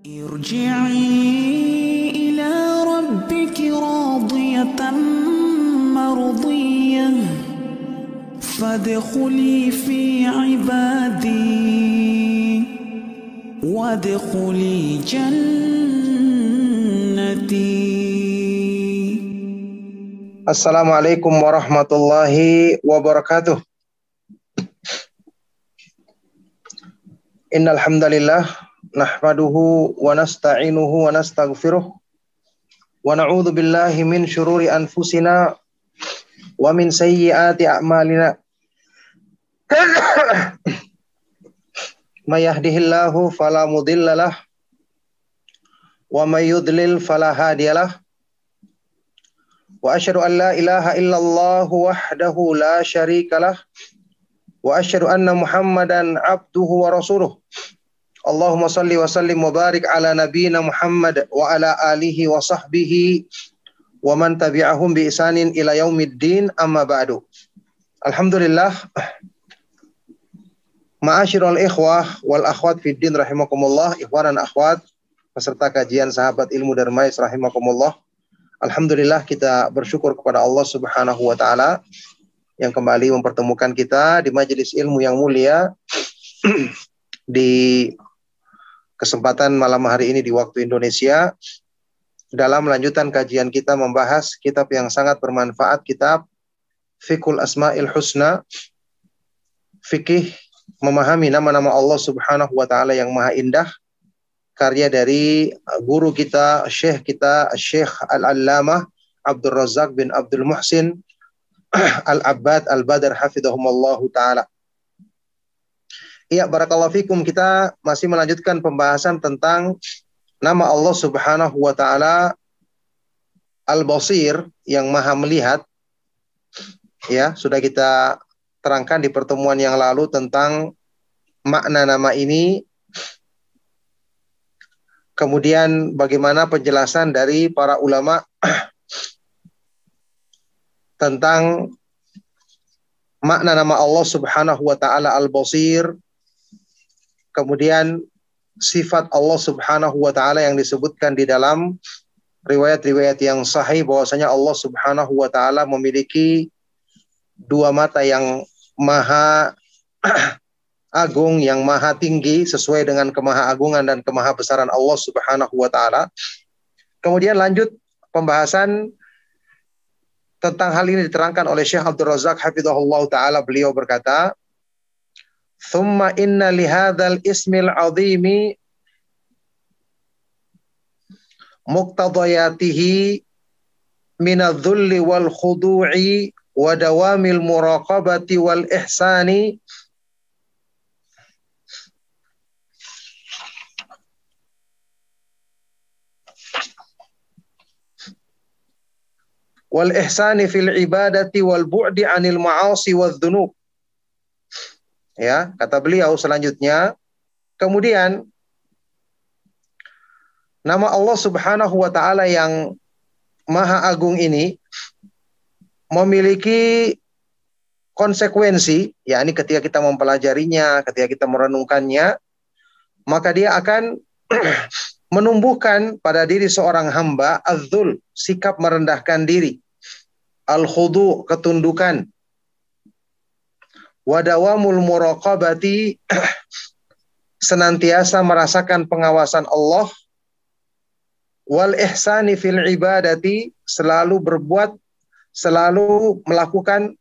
ارجعي إلى ربك راضية مرضية فادخلي في عبادي وادخلي جنتي. Assalamualaikum warahmatullahi wabarakatuh. Innal hamdalillah nahmaduhu wa nasta'inuhu wa nastaghfiruh wa na'udzu billahi min syururi anfusina wa min sayyiati a'malina. May yahdihillahu fala mudhillalah wa may yudlil fala hadiyalah. Wa asyhadu an la ilaha illallah wahdahu la syarikalah wa asyhadu anna Muhammadan abduhu wa rasuluh. Allahumma salli wa sallim wa barik ala nabiyyina Muhammad wa ala alihi wa sahbihi wa man tabi'ahum bi ihsanin ila yaumiddin, amma ba'du. Alhamdulillah, ma'asyiral ikhwah wal akhwat fid din rahimakumullah, ikhwan dan akhwat peserta kajian sahabat ilmu Darmais rahimakumullah. Alhamdulillah, kita bersyukur kepada Allah Subhanahu wa taala yang kembali mempertemukan kita di majelis ilmu yang mulia di kesempatan malam hari ini di waktu Indonesia, dalam lanjutan kajian kita membahas kitab yang sangat bermanfaat, kitab Fiqhul Asma'il Husna, fikih memahami nama-nama Allah Subhanahu wa taala yang maha indah, karya dari guru kita, syekh kita, Syekh Al-Allamah Abdul Razak bin Abdul Muhsin Al-Abbad Al-Badr hafidhahumallahu ta'ala. Iya, barakallahu fikum, kita masih melanjutkan pembahasan tentang nama Allah Subhanahu wa ta'ala Al-Basir, yang maha melihat. Ya, sudah kita terangkan di pertemuan yang lalu tentang makna nama ini. Kemudian bagaimana penjelasan dari para ulama tentang makna nama Allah Subhanahu wa taala Al-Basir. Kemudian sifat Allah Subhanahu wa taala yang disebutkan di dalam riwayat-riwayat yang sahih bahwasanya Allah Subhanahu wa taala memiliki dua mata yang maha agung, yang maha tinggi sesuai dengan kemahaagungan dan kemahabesaran Allah Subhanahu wa taala. Kemudian lanjut pembahasan tentang hal ini diterangkan oleh Syekh Abdul Razak hafizahullah taala. Beliau berkata, "Tsumma inna lihadzal ismil 'azimi muqtadayatihi minadh-dhulli wal khudu'i wa dawamil muraqabati wal ihsani wal ihsani fil ibadati wal bu'di 'anil ma'asi wadh dhunub." Ya, kata beliau selanjutnya, kemudian nama Allah Subhanahu wa taala yang maha agung ini memiliki konsekuensi, yakni ketika kita mempelajarinya, ketika kita merenungkannya, maka dia akan menumbuhkan pada diri seorang hamba az-dzul, sikap merendahkan diri, al-khudu, ketundukan, wa dawamul muraqabati, senantiasa merasakan pengawasan Allah, wal ihsani fil ibadati, selalu berbuat, selalu melakukan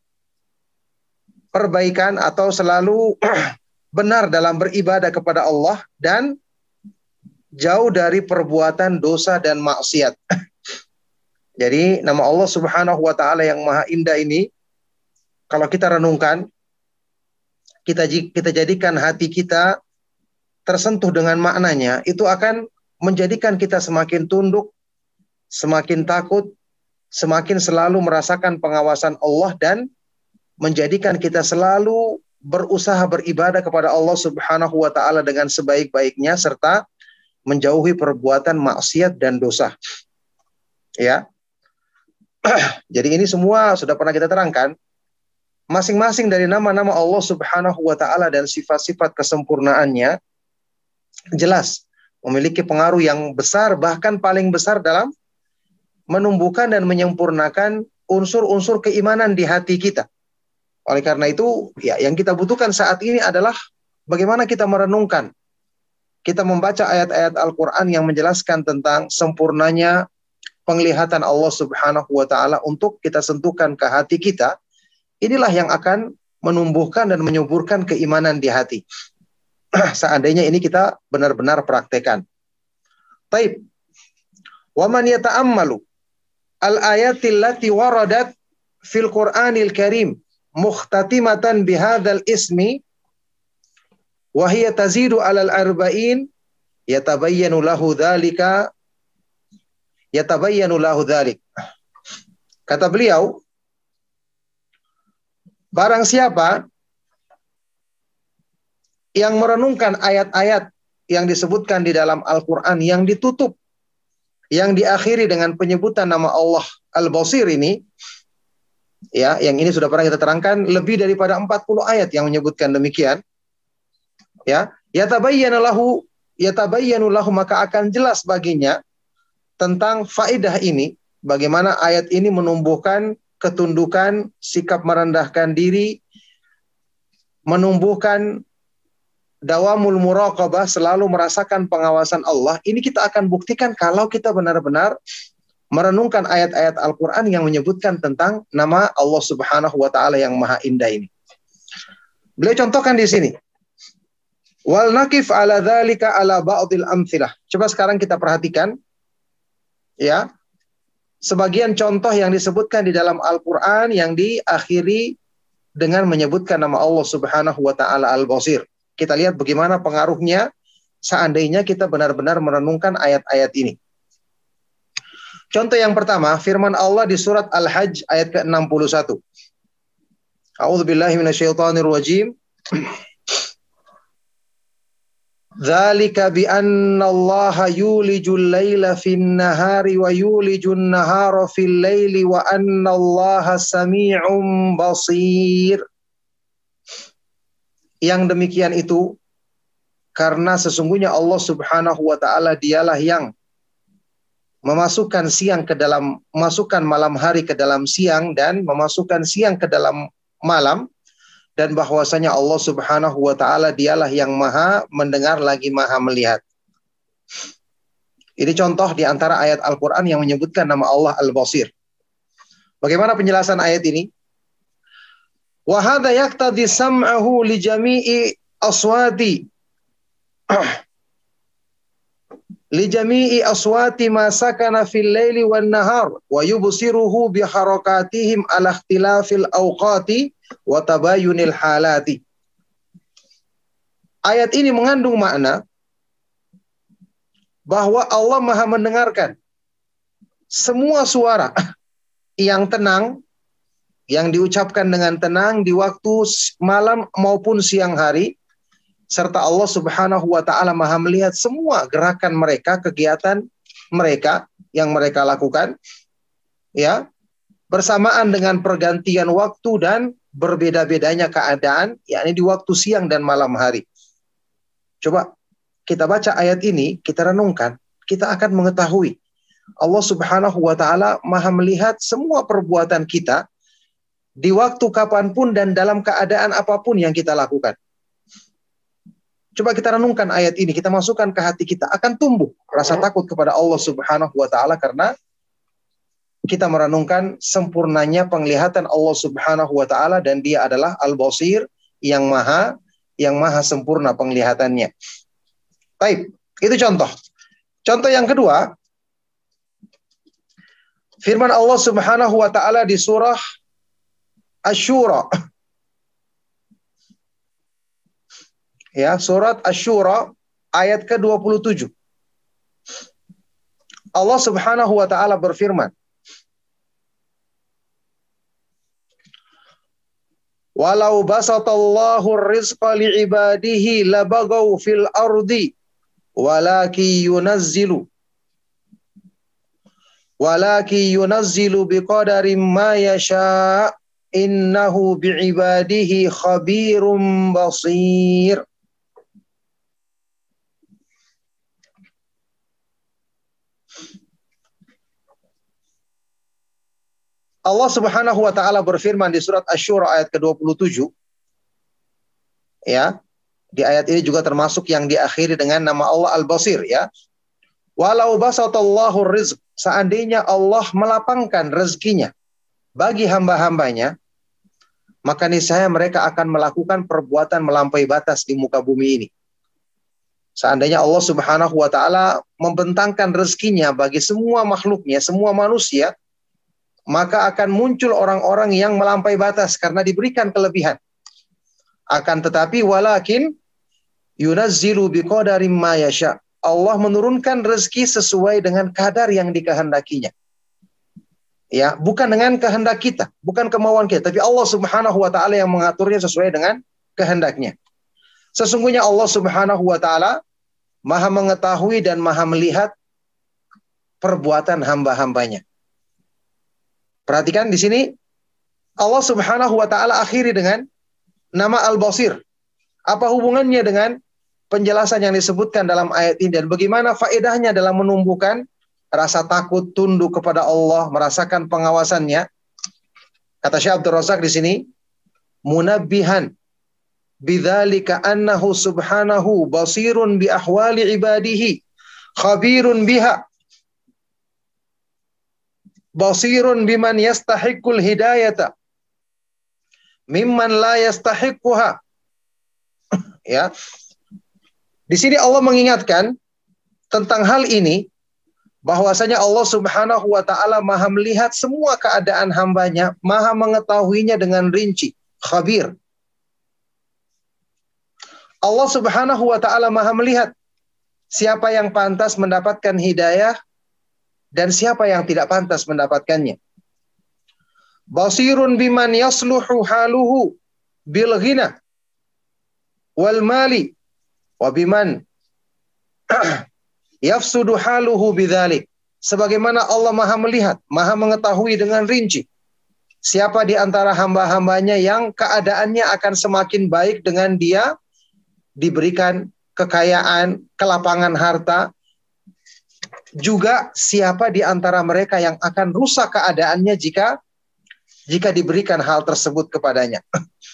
perbaikan atau selalu benar dalam beribadah kepada Allah dan jauh dari perbuatan dosa dan maksiat. Jadi nama Allah Subhanahu wa taala yang maha indah ini, kalau kita renungkan, kita jadikan hati kita tersentuh dengan maknanya, itu akan menjadikan kita semakin tunduk, semakin takut, semakin selalu merasakan pengawasan Allah, dan menjadikan kita selalu berusaha beribadah kepada Allah Subhanahu wa taala dengan sebaik-baiknya, serta menjauhi perbuatan maksiat dan dosa. Ya. Jadi ini semua sudah pernah kita terangkan. Masing-masing dari nama-nama Allah Subhanahu wa taala dan sifat-sifat kesempurnaannya jelas memiliki pengaruh yang besar, bahkan paling besar dalam menumbuhkan dan menyempurnakan unsur-unsur keimanan di hati kita. Oleh karena itu, ya, yang kita butuhkan saat ini adalah bagaimana kita merenungkan. Kita membaca ayat-ayat Al-Quran yang menjelaskan tentang sempurnanya penglihatan Allah Subhanahu wa Ta'ala untuk kita sentuhkan ke hati kita. Inilah yang akan menumbuhkan dan menyuburkan keimanan di hati. Seandainya ini kita benar-benar praktekan. Taib. Wa man yata'ammalu al-ayatil lati waradat fil Qur'anil Karim mukhtatimatan bihadzal ismi wa hiya tazidu 'alal arba'in yatabayyanu lahu dzalika dzalik. Kata beliau, barang siapa yang merenungkan ayat-ayat yang disebutkan di dalam Al-Qur'an yang ditutup, yang diakhiri dengan penyebutan nama Allah Al-Basir ini, ya, yang ini sudah pernah kita terangkan, lebih daripada 40 ayat yang menyebutkan demikian. Ya, yatabayyanu lahu, maka akan jelas baginya tentang faedah ini, bagaimana ayat ini menumbuhkan ketundukan, sikap merendahkan diri, menumbuhkan dawamul muraqabah, selalu merasakan pengawasan Allah. Ini kita akan buktikan kalau kita benar-benar merenungkan ayat-ayat Al-Quran yang menyebutkan tentang nama Allah Subhanahu wa Ta'ala yang Maha Indah ini. Beliau contohkan di sini. Wal nakif ala dzalika ala ba'dil amtsilah. Coba sekarang kita perhatikan, ya, sebagian contoh yang disebutkan di dalam Al-Quran yang diakhiri dengan menyebutkan nama Allah Subhanahu wa Ta'ala Al-Basir. Kita lihat bagaimana pengaruhnya seandainya kita benar-benar merenungkan ayat-ayat ini. Contoh yang pertama, firman Allah di surat Al-Hajj ayat ke-61. A'udzubillahi minasyaitonirrajim. Dzalika bi anna Allah yulijul laila fin nahari wa yulijun nahara fil laili wa anna Allah sami'un basir. Yang demikian itu karena sesungguhnya Allah Subhanahu wa Ta'ala dialah yang memasukkan malam hari ke dalam siang dan memasukkan siang ke dalam malam, dan bahwasanya Allah Subhanahu wa Ta'ala dialah yang maha mendengar lagi maha melihat. Ini contoh di antara ayat Al-Quran yang menyebutkan nama Allah Al-Basir. Bagaimana penjelasan ayat ini? Wa hadza yaqtadi sam'ahu li jami'i aswati ma sakana fil laili wan nahar wa yubsiruhu bi harakatihim ala ikhtilafil awqati wa tabayunil halati. Ayat ini mengandung makna bahwa Allah Maha mendengarkan semua suara yang tenang, yang diucapkan dengan tenang di waktu malam maupun siang hari, serta Allah Subhanahu wa Ta'ala Maha melihat semua gerakan mereka, kegiatan mereka yang mereka lakukan, ya, bersamaan dengan pergantian waktu dan berbeda-bedanya keadaan, yakni di waktu siang dan malam hari. Coba kita baca ayat ini, kita renungkan, kita akan mengetahui Allah Subhanahu wa Ta'ala Maha melihat semua perbuatan kita di waktu kapanpun dan dalam keadaan apapun yang kita lakukan. Coba kita renungkan ayat ini, kita masukkan ke hati kita, akan tumbuh rasa takut kepada Allah Subhanahu wa Ta'ala karena kita merenungkan sempurnanya penglihatan Allah Subhanahu wa Ta'ala, dan Dia adalah Al-Basir yang maha sempurna penglihatannya. Baik, itu contoh. Contoh yang kedua, firman Allah Subhanahu wa Ta'ala di surah Asy-Syura. Ya, surat Asy-Syura ayat ke-27. Allah Subhanahu wa Ta'ala berfirman, walau basatallahu rizqa li'ibadihi labagaw fil ardi walaki yunazzilu biqadarin ma yasha' innahu bi'ibadihi khabirum basir. Allah Subhanahu wa taala berfirman di surat Asy-Syura ayat ke-27, ya. Di ayat ini juga termasuk yang diakhiri dengan nama Allah Al-Basir, ya. Walau basatallahu rizq, seandainya Allah melapangkan rezekinya bagi hamba-hambanya, maka niscaya mereka akan melakukan perbuatan melampaui batas di muka bumi ini. Seandainya Allah Subhanahu wa taala membentangkan rezekinya bagi semua makhluknya, semua manusia, maka akan muncul orang-orang yang melampaui batas karena diberikan kelebihan. Akan tetapi walakin yunazzilu biqadarin ma yasha. Allah menurunkan rezeki sesuai dengan kadar yang dikehendakinya. Ya, bukan dengan kehendak kita, bukan kemauan kita, tapi Allah Subhanahu wa taala yang mengaturnya sesuai dengan kehendaknya. Sesungguhnya Allah Subhanahu wa taala Maha mengetahui dan Maha melihat perbuatan hamba-hambanya. Perhatikan di sini Allah Subhanahu wa taala akhiri dengan nama Al-Basir. Apa hubungannya dengan penjelasan yang disebutkan dalam ayat ini dan bagaimana faedahnya dalam menumbuhkan rasa takut, tunduk kepada Allah, merasakan pengawasannya? Kata Syekh Abdul Razak di sini, munabbihan bidzalika annahu subhanahu basirun bi ahwali ibadihi, khabirun biha, basirun biman yastahiqqul hidayata mimman la yastahiqquha. Ya. Di sini Allah mengingatkan tentang hal ini, bahwasanya Allah Subhanahu wa taala Maha melihat semua keadaan hambanya, Maha mengetahuinya dengan rinci, khabir. Allah Subhanahu wa taala Maha melihat siapa yang pantas mendapatkan hidayah dan siapa yang tidak pantas mendapatkannya. Basirun biman yasluhu haluhu bil ghina wal mali wa biman yafsudu haluhu bidzalik. Sebagaimana Allah Maha melihat, Maha mengetahui dengan rinci siapa di antara hamba-hambanya yang keadaannya akan semakin baik dengan dia diberikan kekayaan, kelapangan harta, juga siapa di antara mereka yang akan rusak keadaannya jika diberikan hal tersebut kepadanya.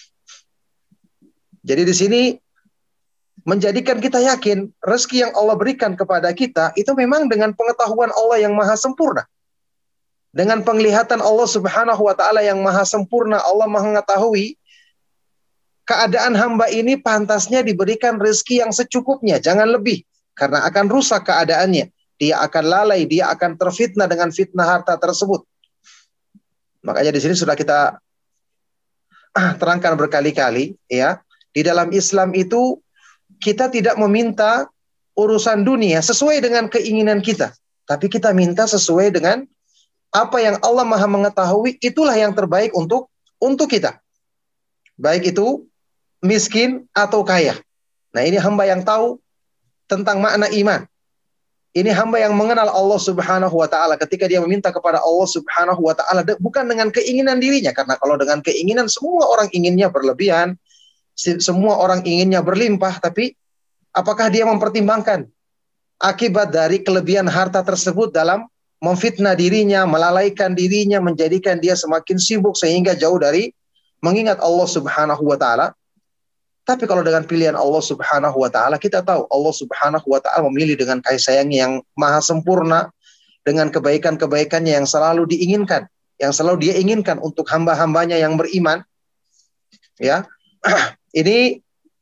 Jadi di sini menjadikan kita yakin rezeki yang Allah berikan kepada kita itu memang dengan pengetahuan Allah yang maha sempurna. Dengan penglihatan Allah Subhanahu wa taala yang maha sempurna, Allah maha mengetahui keadaan hamba ini pantasnya diberikan rezeki yang secukupnya, jangan lebih, karena akan rusak keadaannya. Dia akan lalai, dia akan terfitnah dengan fitnah harta tersebut. Makanya di sini sudah kita terangkan berkali-kali, ya. Di dalam Islam itu kita tidak meminta urusan dunia sesuai dengan keinginan kita, tapi kita minta sesuai dengan apa yang Allah Maha mengetahui, itulah yang terbaik untuk kita. Baik itu miskin atau kaya. Nah, ini hamba yang tahu tentang makna iman. Ini hamba yang mengenal Allah Subhanahu wa taala ketika dia meminta kepada Allah Subhanahu wa taala bukan dengan keinginan dirinya, karena kalau dengan keinginan semua orang inginnya berlebihan, semua orang inginnya berlimpah, tapi apakah dia mempertimbangkan akibat dari kelebihan harta tersebut dalam memfitnah dirinya, melalaikan dirinya, menjadikan dia semakin sibuk sehingga jauh dari mengingat Allah Subhanahu wa taala? Tapi kalau dengan pilihan Allah Subhanahu wa taala, kita tahu Allah Subhanahu wa taala memilih dengan kasih sayangnya yang maha sempurna, dengan kebaikan-kebaikannya yang selalu diinginkan, yang selalu dia inginkan untuk hamba-hambanya yang beriman. Ya. Ini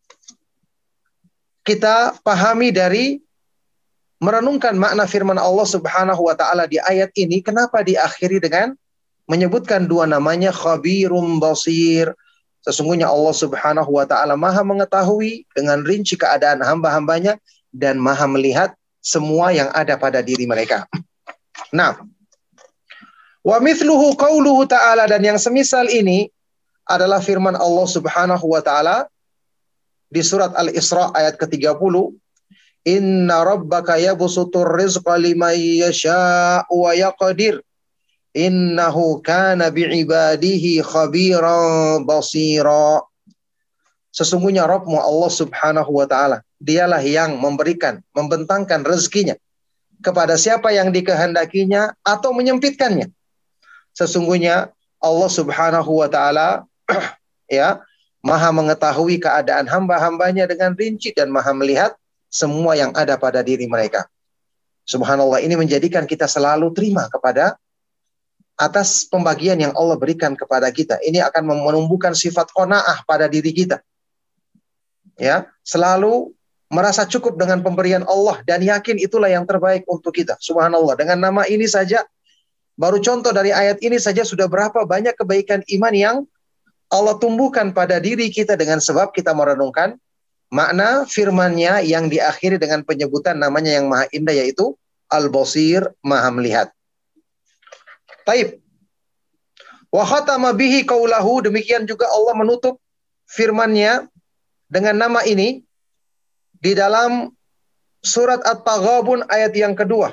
kita pahami dari merenungkan makna firman Allah Subhanahu wa taala di ayat ini, kenapa diakhiri dengan menyebutkan dua namanya, Khabirum Basir. Sesungguhnya Allah Subhanahu wa taala Maha mengetahui dengan rinci keadaan hamba-hambanya dan Maha melihat semua yang ada pada diri mereka. Nah, wa mithluhu qauluhu ta'ala, dan yang semisal ini adalah firman Allah Subhanahu wa taala di surat Al-Isra ayat ke-30, Inna rabbaka yabsutur rizqa liman yasha'u wa yaqdir innahu kana bi'ibadihi khabiran basira. Sesungguhnya Rabbmu Allah Subhanahu wa taala, dialah yang memberikan, membentangkan rezekinya kepada siapa yang dikehendakinya atau menyempitkannya. Sesungguhnya Allah Subhanahu wa taala ya, Maha mengetahui keadaan hamba-hambanya dengan rinci dan Maha melihat semua yang ada pada diri mereka. Subhanallah, ini menjadikan kita selalu terima kepada atas pembagian yang Allah berikan kepada kita. Ini akan menumbuhkan sifat qanaah pada diri kita. Ya, selalu merasa cukup dengan pemberian Allah dan yakin itulah yang terbaik untuk kita. Subhanallah, dengan nama ini saja, baru contoh dari ayat ini saja sudah berapa banyak kebaikan iman yang Allah tumbuhkan pada diri kita dengan sebab kita merenungkan makna firman-Nya yang diakhiri dengan penyebutan namanya yang maha indah, yaitu Al-Basir, maha melihat. Taib. Wa khatama bihi qaulahu, demikian juga Allah menutup firman-Nya dengan nama ini di dalam surat At-Taghabun ayat yang kedua.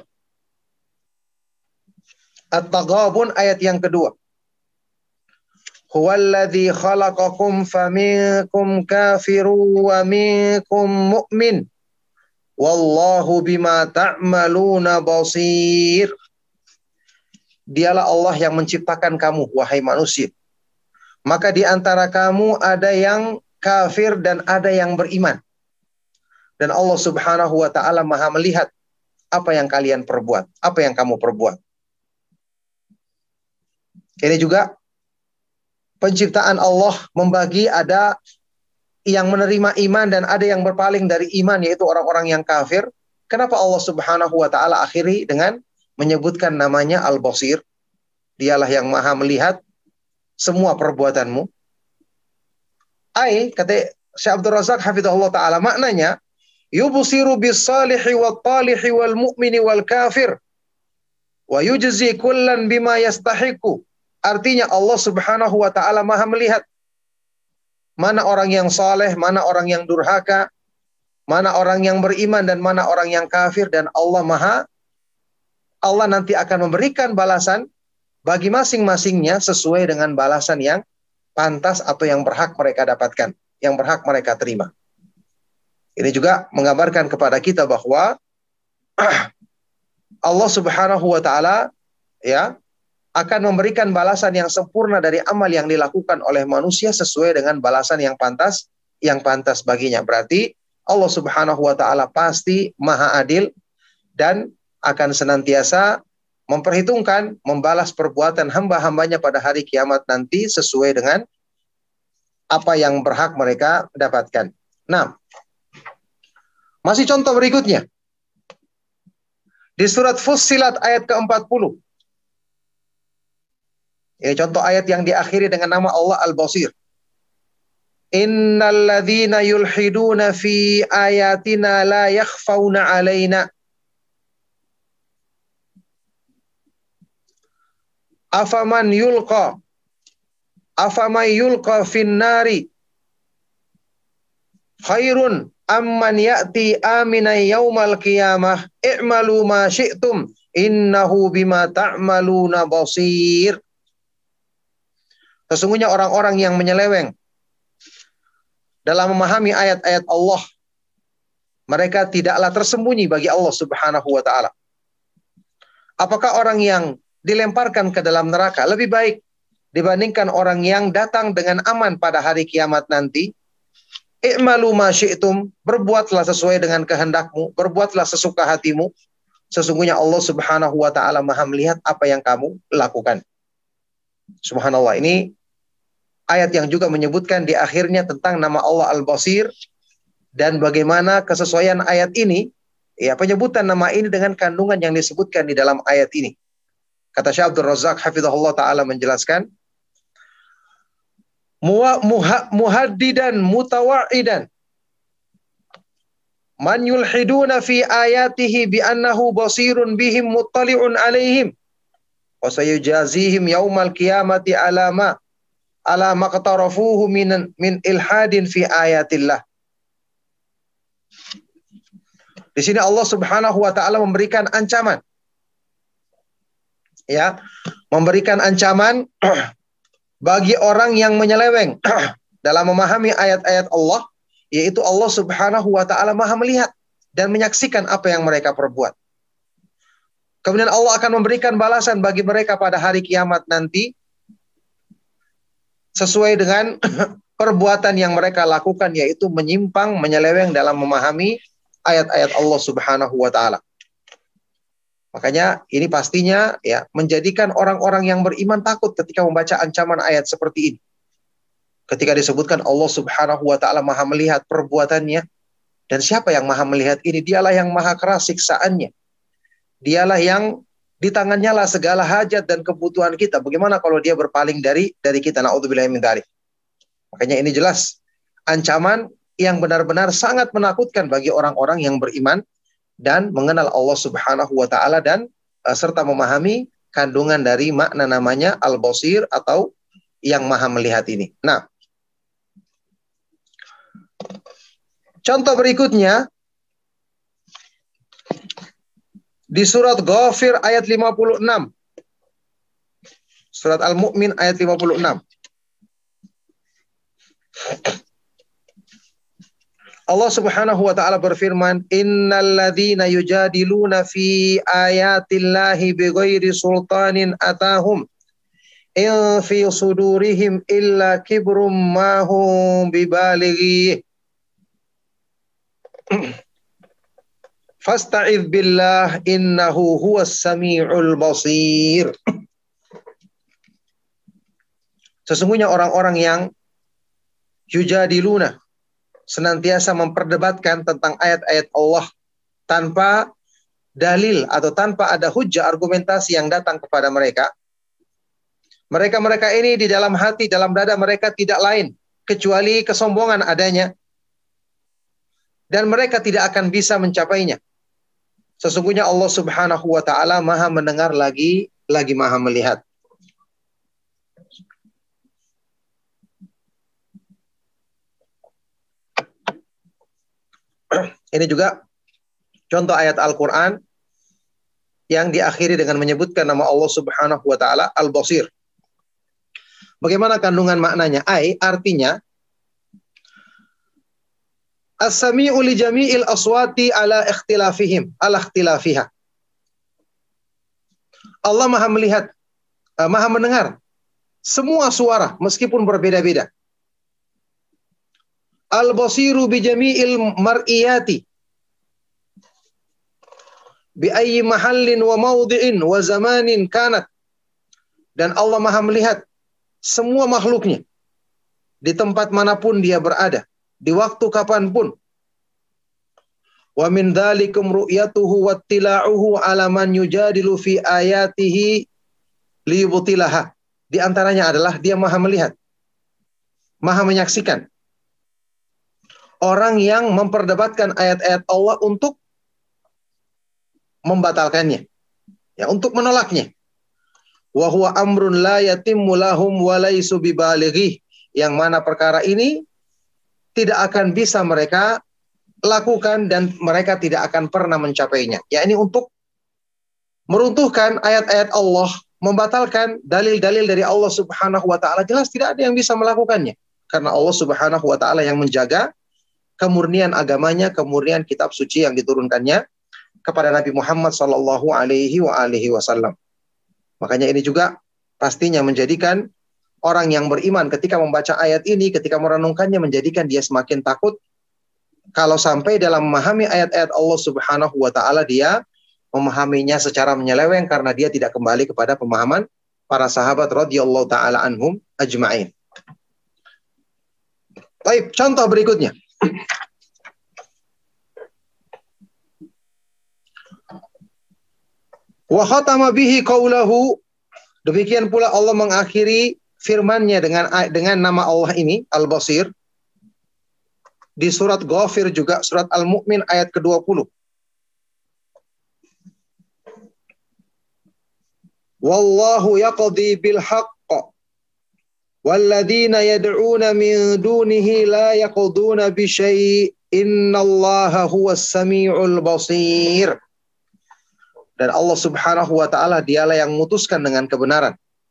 At-Taghabun ayat yang kedua. Huwallazi khalaqakum faminkum kafirun wa minkum mu'min. Wallahu bima ta'maluna basir. Dialah Allah yang menciptakan kamu, wahai manusia. Maka di antara kamu ada yang kafir dan ada yang beriman. Dan Allah Subhanahu wa taala Maha melihat apa yang kalian perbuat, apa yang kamu perbuat. Ini juga penciptaan Allah membagi, ada yang menerima iman dan ada yang berpaling dari iman, yaitu orang-orang yang kafir. Kenapa Allah Subhanahu wa taala akhiri dengan menyebutkan namanya Al-Basir? Dialah yang Maha melihat semua perbuatanmu. Kata Syekh Abdul Razak hafizahullah taala, maknanya yubsiru bis-salihi wat-talihi wal mu'mini wal kafir wa yujzi kullan bima yastahiqu. Artinya Allah Subhanahu wa taala Maha melihat mana orang yang saleh, mana orang yang durhaka, mana orang yang beriman dan mana orang yang kafir, dan Allah nanti akan memberikan balasan bagi masing-masingnya sesuai dengan balasan yang pantas atau yang berhak mereka dapatkan, yang berhak mereka terima. Ini juga menggambarkan kepada kita bahwa Allah Subhanahu wa taala ya akan memberikan balasan yang sempurna dari amal yang dilakukan oleh manusia sesuai dengan balasan yang pantas baginya. Berarti Allah Subhanahu wa taala pasti Maha adil dan akan senantiasa memperhitungkan, membalas perbuatan hamba-hambanya pada hari kiamat nanti sesuai dengan apa yang berhak mereka dapatkan. Nah, masih contoh berikutnya. Di surat Fussilat ayat ke-40. Ini contoh ayat yang diakhiri dengan nama Allah Al-Basir. Innal ladzina yulhiduna fi ayatina la yakhfauna alaina. Afaman yulqa fin nari khairun amman ya'ti aminan yaumal qiyamah i'malu ma syi'tum innahu bima ta'maluna basir. Sesungguhnya orang-orang yang menyeleweng dalam memahami ayat-ayat Allah, mereka tidaklah tersembunyi bagi Allah Subhanahu wa taala. Apakah orang yang dilemparkan ke dalam neraka lebih baik dibandingkan orang yang datang dengan aman pada hari kiamat nanti? I'malu ma syi'tum, berbuatlah sesuai dengan kehendakmu, berbuatlah sesuka hatimu. Sesungguhnya Allah Subhanahu wa taala Maha melihat apa yang kamu lakukan. Subhanallah, ini ayat yang juga menyebutkan di akhirnya tentang nama Allah Al-Basir dan bagaimana kesesuaian ayat ini, ya, penyebutan nama ini dengan kandungan yang disebutkan di dalam ayat ini. Kata Syekh Abdul Razak hafizahullah taala menjelaskan, muhaddidan mutawa'idan man yulhiduna fi ayatihi bi annahu basirun bihim muttali'un alaihim wa sayujazihim yaumal qiyamati ala maqtarafuhu min ilhadin fi ayatillah. Di sini Allah Subhanahu wa taala memberikan ancaman. Ya, memberikan ancaman bagi orang yang menyeleweng dalam memahami ayat-ayat Allah, yaitu Allah Subhanahu wa taala Maha melihat dan menyaksikan apa yang mereka perbuat. Kemudian Allah akan memberikan balasan bagi mereka pada hari kiamat nanti sesuai dengan perbuatan yang mereka lakukan, yaitu menyimpang, menyeleweng dalam memahami ayat-ayat Allah Subhanahu wa taala. Makanya ini pastinya ya menjadikan orang-orang yang beriman takut ketika membaca ancaman ayat seperti ini. Ketika disebutkan Allah Subhanahu wa taala Maha melihat perbuatannya, dan siapa yang Maha melihat ini? Dialah yang Maha keras siksaannya. Dialah yang di tangannya lah segala hajat dan kebutuhan kita. Bagaimana kalau dia berpaling dari kita? Na'udzubillahi min dzalik. Makanya ini jelas ancaman yang benar-benar sangat menakutkan bagi orang-orang yang beriman dan mengenal Allah Subhanahu wa taala dan serta memahami kandungan dari makna namanya Al-Basir atau yang Maha melihat ini. Nah, contoh berikutnya di surat Ghafir ayat 56. Surat Al-Mu'min ayat 56. Allah Subhanahu wa taala berfirman, "Innal ladzina yujadiluna fi ayatillahi bighairi sultanin atahum in fi sudurihim illa kibrum ma hum bibalighi fasta'idz billah innahu huwas samiul basir." Sesungguhnya orang-orang yang yujadiluna, senantiasa memperdebatkan tentang ayat-ayat Allah tanpa dalil atau tanpa ada hujjah argumentasi yang datang kepada mereka. Mereka-mereka ini di dalam hati, dalam dada mereka tidak lain kecuali kesombongan adanya. Dan mereka tidak akan bisa mencapainya. Sesungguhnya Allah Subhanahu wa taala Maha mendengar lagi Maha melihat. Ini juga contoh ayat Al-Quran yang diakhiri dengan menyebutkan nama Allah Subhanahu wa taala Al-Basir. Bagaimana kandungan maknanya? Artinya As-sami'u li jami'il aswati ala ikhtilafiha. Allah Maha melihat, Maha mendengar semua suara meskipun berbeda-beda. Al-basiru bi jami'il mar'iyati bi ayyi mahallin wa mawdi'in wa zamanin kanat. Dan Allah Maha melihat semua makhluknya di tempat manapun dia berada, di waktu kapanpun. Wa min dzalikum ru'yatuhu wattila'uhu 'ala man yujadilu fi ayatihi liyubtilaha. Di antaranya adalah dia Maha melihat, Maha menyaksikan orang yang memperdebatkan ayat-ayat Allah untuk membatalkannya, ya, untuk menolaknya. Wa huwa amrun la yatimmu lahum wa laisu bibalighi, yang mana perkara ini tidak akan bisa mereka lakukan dan mereka tidak akan pernah mencapainya. Ya, ini untuk meruntuhkan ayat-ayat Allah, membatalkan dalil-dalil dari Allah Subhanahu wa taala. Jelas tidak ada yang bisa melakukannya karena Allah Subhanahu wa taala yang menjaga kemurnian agamanya, kemurnian kitab suci yang diturunkannya kepada Nabi Muhammad sallallahu alaihi wasallam. Makanya ini juga pastinya menjadikan orang yang beriman ketika membaca ayat ini, ketika merenungkannya, menjadikan dia semakin takut kalau sampai dalam memahami ayat-ayat Allah Subhanahu wa taala dia memahaminya secara menyeleweng karena dia tidak kembali kepada pemahaman para sahabat radhiyallahu taala anhum ajma'in. Baik, contoh berikutnya. Wa khatama bihi qaulahu. Demikian pula Allah mengakhiri firman-Nya dengan nama Allah ini, Al-Basir. Di surat Ghafir juga, surat Al-Mu'min ayat ke-20. Wallahu yaqdi bil haqq walladzina yad'una min dunihi la yaqduna bi syai' innallaha huwas samiul basir. Dan Allah Subhanahu wa taala dialah yang memutuskan dengan kebenaran.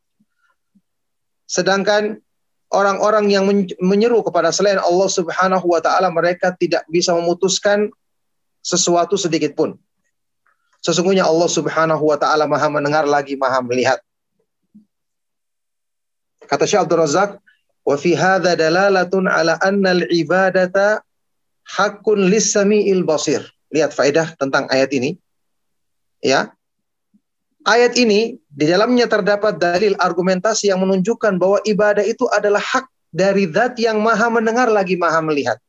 Sedangkan orang-orang yang menyeru kepada selain Allah Subhanahu wa taala, mereka tidak bisa memutuskan sesuatu sedikit pun. Sesungguhnya Allah Subhanahu wa taala Maha mendengar lagi Maha melihat. Kata Syekh Abdul Razak, Wa fi hadza dalalatun ala anna al-ibadata haqqun lis-sami'il basir. Lihat faedah tentang ayat ini. Ya. Ayat ini di dalamnya terdapat dalil argumentasi yang menunjukkan bahwa ibadah itu adalah hak dari Zat yang Maha mendengar lagi Maha melihat.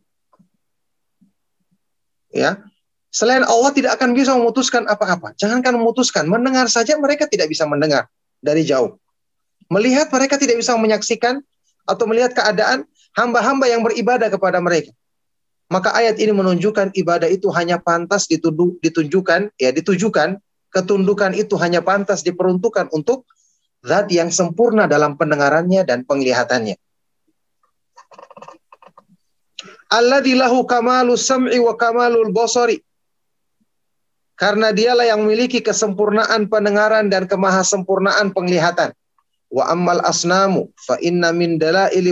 Ya. Selain Allah tidak akan bisa memutuskan apa-apa. Jangankan memutuskan, mendengar saja mereka tidak bisa mendengar dari jauh. Melihat mereka tidak bisa menyaksikan atau melihat keadaan hamba-hamba yang beribadah kepada mereka. Maka ayat ini menunjukkan ibadah itu hanya pantas ditujukan, ketundukan itu hanya pantas diperuntukkan untuk Zat yang sempurna dalam pendengarannya dan penglihatannya. Alladzi lahu kamalus sam'i wa kamalul basari. Karena dialah yang memiliki kesempurnaan pendengaran dan kemahasempurnaan penglihatan. Wa ammal asnamu fa inna min dalaili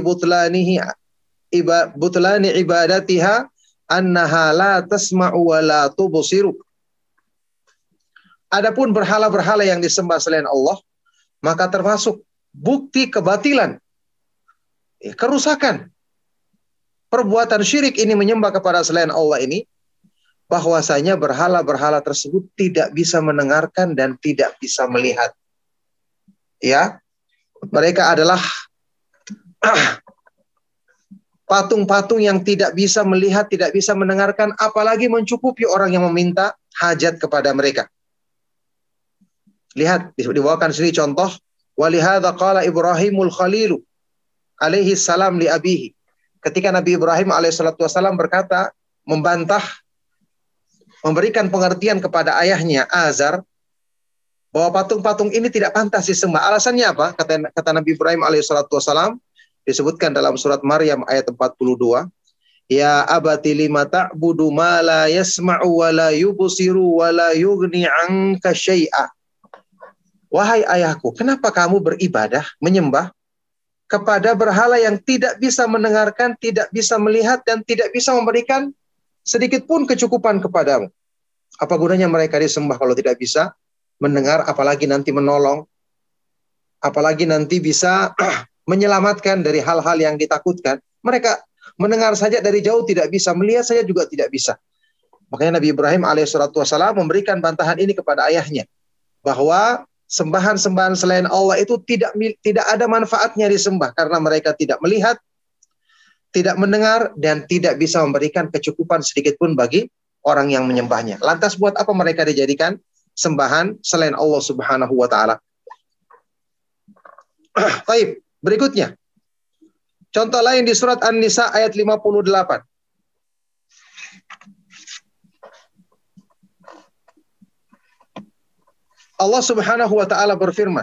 butlani ibadatiha annaha la tasma'u wa la tubsiru. Adapun berhala-berhala yang disembah selain Allah, maka termasuk bukti kebatilan, kerusakan. Perbuatan syirik ini menyembah kepada selain Allah ini, bahwasanya berhala-berhala tersebut tidak bisa mendengarkan dan tidak bisa melihat. Ya, mereka adalah patung-patung yang tidak bisa melihat, tidak bisa mendengarkan, apalagi mencukupi orang yang meminta hajat kepada mereka. Lihat, dibawakan sini contoh. Walihadza qala Ibrahimul Khalilu alaihi salam li abihi. Ketika Nabi Ibrahim alaihissalatu wassalam berkata, membantah, memberikan pengertian kepada ayahnya Azar bahwa patung-patung ini tidak pantas disembah. Alasannya apa? Kata Nabi Ibrahim alaihissalatu wassalam, disebutkan dalam surat Maryam ayat 42, ya abati lima ta'budu ma la yasma'u wa la yubsiru wa la yughni 'anka syai'a. Wahai ayahku, kenapa kamu beribadah, menyembah kepada berhala yang tidak bisa mendengarkan, tidak bisa melihat, dan tidak bisa memberikan sedikit pun kecukupan kepadamu? Apa gunanya mereka disembah kalau tidak bisa mendengar, apalagi nanti menolong, apalagi nanti bisa menyelamatkan dari hal-hal yang ditakutkan? Mereka mendengar saja dari jauh tidak bisa, melihat saja juga tidak bisa. Makanya Nabi Ibrahim alaihissalam memberikan bantahan ini kepada ayahnya, bahwa sembahan-sembahan selain Allah itu tidak ada manfaatnya disembah, karena mereka tidak melihat, tidak mendengar, dan tidak bisa memberikan kecukupan sedikit pun bagi orang yang menyembahnya. Lantas buat apa mereka dijadikan sembahan selain Allah Subhanahu wa taala? Baik, berikutnya. Contoh lain di surat An-Nisa ayat 58. Allah Subhanahu wa taala berfirman,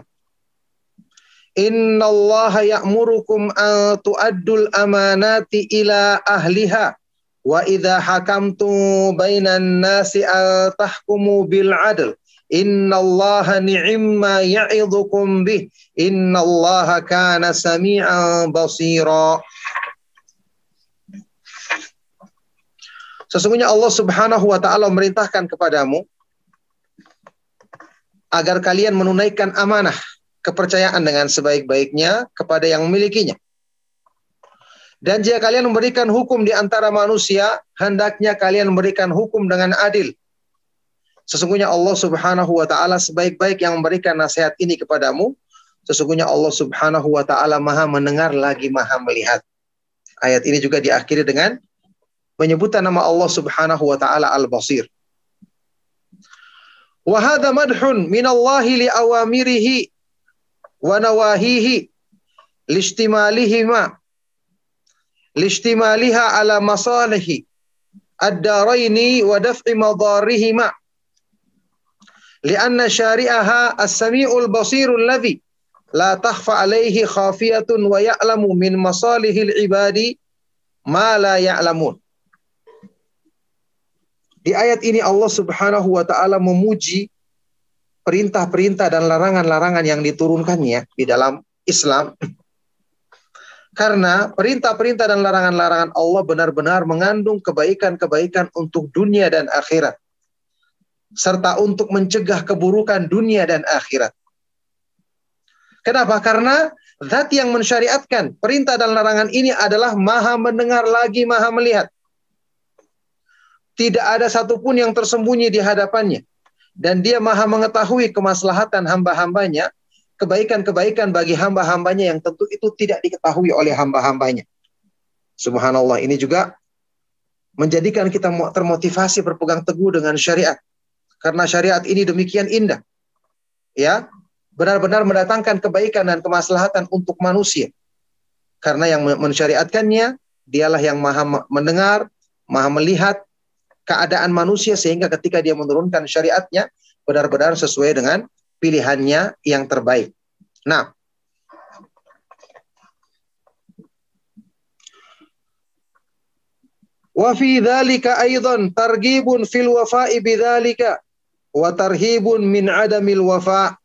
Innallaha ya'murukum an tu'addul amanati ila ahliha wa idza hakamtum bainan nasi an tahkumu bil 'adl. Innallaha ni'ma ya'idhukum bih. Innallaha kana sami'an basira. Sesungguhnya Allah Subhanahu wa taala memerintahkan kepadamu agar kalian menunaikan amanah, kepercayaan dengan sebaik-baiknya kepada yang memilikinya. Dan jika kalian memberikan hukum di antara manusia, hendaknya kalian memberikan hukum dengan adil. Sesungguhnya Allah Subhanahu wa taala sebaik-baik yang memberikan nasihat ini kepadamu. Sesungguhnya Allah Subhanahu wa taala Maha mendengar lagi Maha melihat. Ayat ini juga diakhiri dengan penyebutan nama Allah Subhanahu wa taala Al-Basir. Wa hadha madhun min Allah li awamirihi wa nawahihi lishtimaliha ala masalihi ad-daraini wa daf'i madarrihima lianna syari'aha as-sami'ul basirul ladzi la takhfa alayhi khafiyatun wa ya'lamu min masalihil ibadi ma la ya'lamun. Di ayat ini Allah Subhanahu wa taala memuji perintah-perintah dan larangan-larangan yang diturunkannya di dalam Islam. Karena perintah-perintah dan larangan-larangan Allah benar-benar mengandung kebaikan-kebaikan untuk dunia dan akhirat, serta untuk mencegah keburukan dunia dan akhirat. Kenapa? Karena zat yang mensyariatkan perintah dan larangan ini adalah maha mendengar lagi maha melihat. Tidak ada satupun yang tersembunyi di hadapannya. Dan dia maha mengetahui kemaslahatan hamba-hambanya, kebaikan-kebaikan bagi hamba-hambanya yang tentu itu tidak diketahui oleh hamba-hambanya. Subhanallah, ini juga menjadikan kita termotivasi berpegang teguh dengan syariat. Karena syariat ini demikian indah. Ya, benar-benar mendatangkan kebaikan dan kemaslahatan untuk manusia. Karena yang mensyariatkannya, dialah yang maha mendengar, maha melihat keadaan manusia, sehingga ketika dia menurunkan syariatnya, benar-benar sesuai dengan pilihannya yang terbaik. Nah, wa fi dzalika aidan targhibun fil wafa'i bidzalika wa tarhibun min adamil wafa'.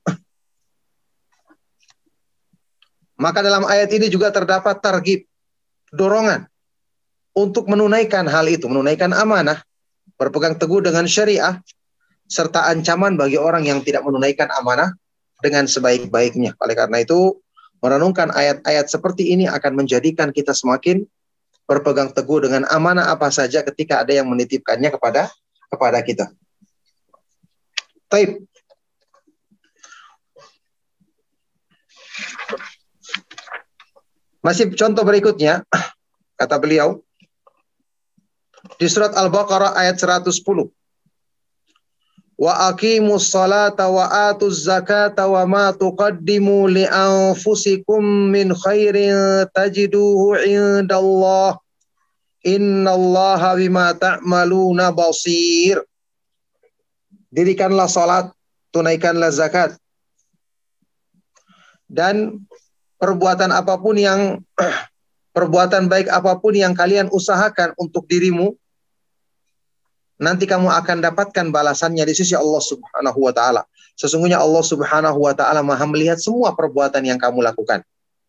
Maka dalam ayat ini juga terdapat targhib, dorongan untuk menunaikan hal itu, menunaikan amanah, berpegang teguh dengan syariah, serta ancaman bagi orang yang tidak menunaikan amanah dengan sebaik-baiknya. Oleh karena itu, merenungkan ayat-ayat seperti ini akan menjadikan kita semakin berpegang teguh dengan amanah apa saja ketika ada yang menitipkannya kepada kita. Taib. Masih contoh berikutnya, kata beliau, di surat Al-Baqarah ayat 110. Wa aqimus salata wa atuz zakata wa ma tuqaddimu li anfusikum min khairin tajiduhu indallah innallaha bima ta'maluna basir. Dirikanlah salat, tunaikanlah zakat, dan perbuatan baik apapun yang kalian usahakan untuk dirimu, nanti kamu akan dapatkan balasannya di sisi Allah Subhanahu wa taala. Sesungguhnya Allah Subhanahu wa taala Maha melihat semua perbuatan yang kamu lakukan.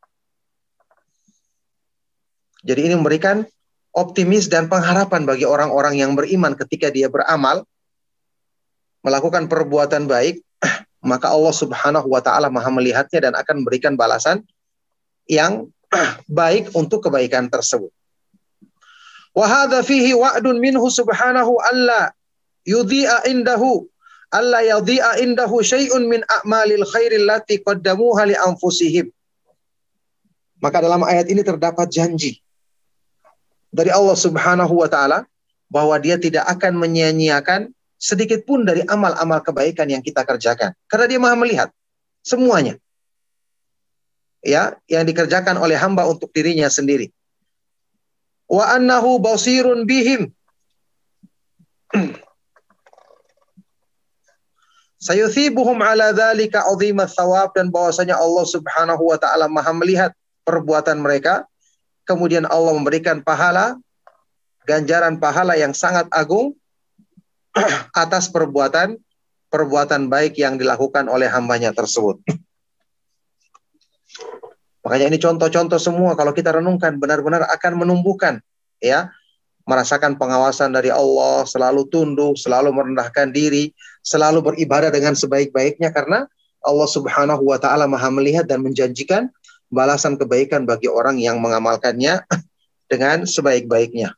Jadi ini memberikan optimis dan pengharapan bagi orang-orang yang beriman ketika dia beramal, melakukan perbuatan baik, maka Allah Subhanahu wa taala Maha melihatnya dan akan memberikan balasan yang baik untuk kebaikan tersebut. Wa hadza fihi wa'dun minhu subhanahu alla yudhi'a indahu syai'un min a'malil khairil lati qaddamuha li anfusihim. Maka dalam ayat ini terdapat janji dari Allah Subhanahu wa taala bahwa dia tidak akan menyia-nyiakan sedikit pun dari amal-amal kebaikan yang kita kerjakan, karena dia Maha melihat semuanya. Ya, yang dikerjakan oleh hamba untuk dirinya sendiri. Wa annahu basirun bihim. Sayuthibuhum ala dzalika 'azimat thawab, dan bahwasanya Allah Subhanahu wa taala Maha melihat perbuatan mereka, kemudian Allah memberikan pahala, ganjaran pahala yang sangat agung atas perbuatan baik yang dilakukan oleh hambanya tersebut. Makanya ini contoh-contoh semua kalau kita renungkan benar-benar akan menumbuhkan, ya, merasakan pengawasan dari Allah, selalu tunduk, selalu merendahkan diri, selalu beribadah dengan sebaik-baiknya, karena Allah Subhanahu wa taala Maha melihat dan menjanjikan balasan kebaikan bagi orang yang mengamalkannya dengan sebaik-baiknya.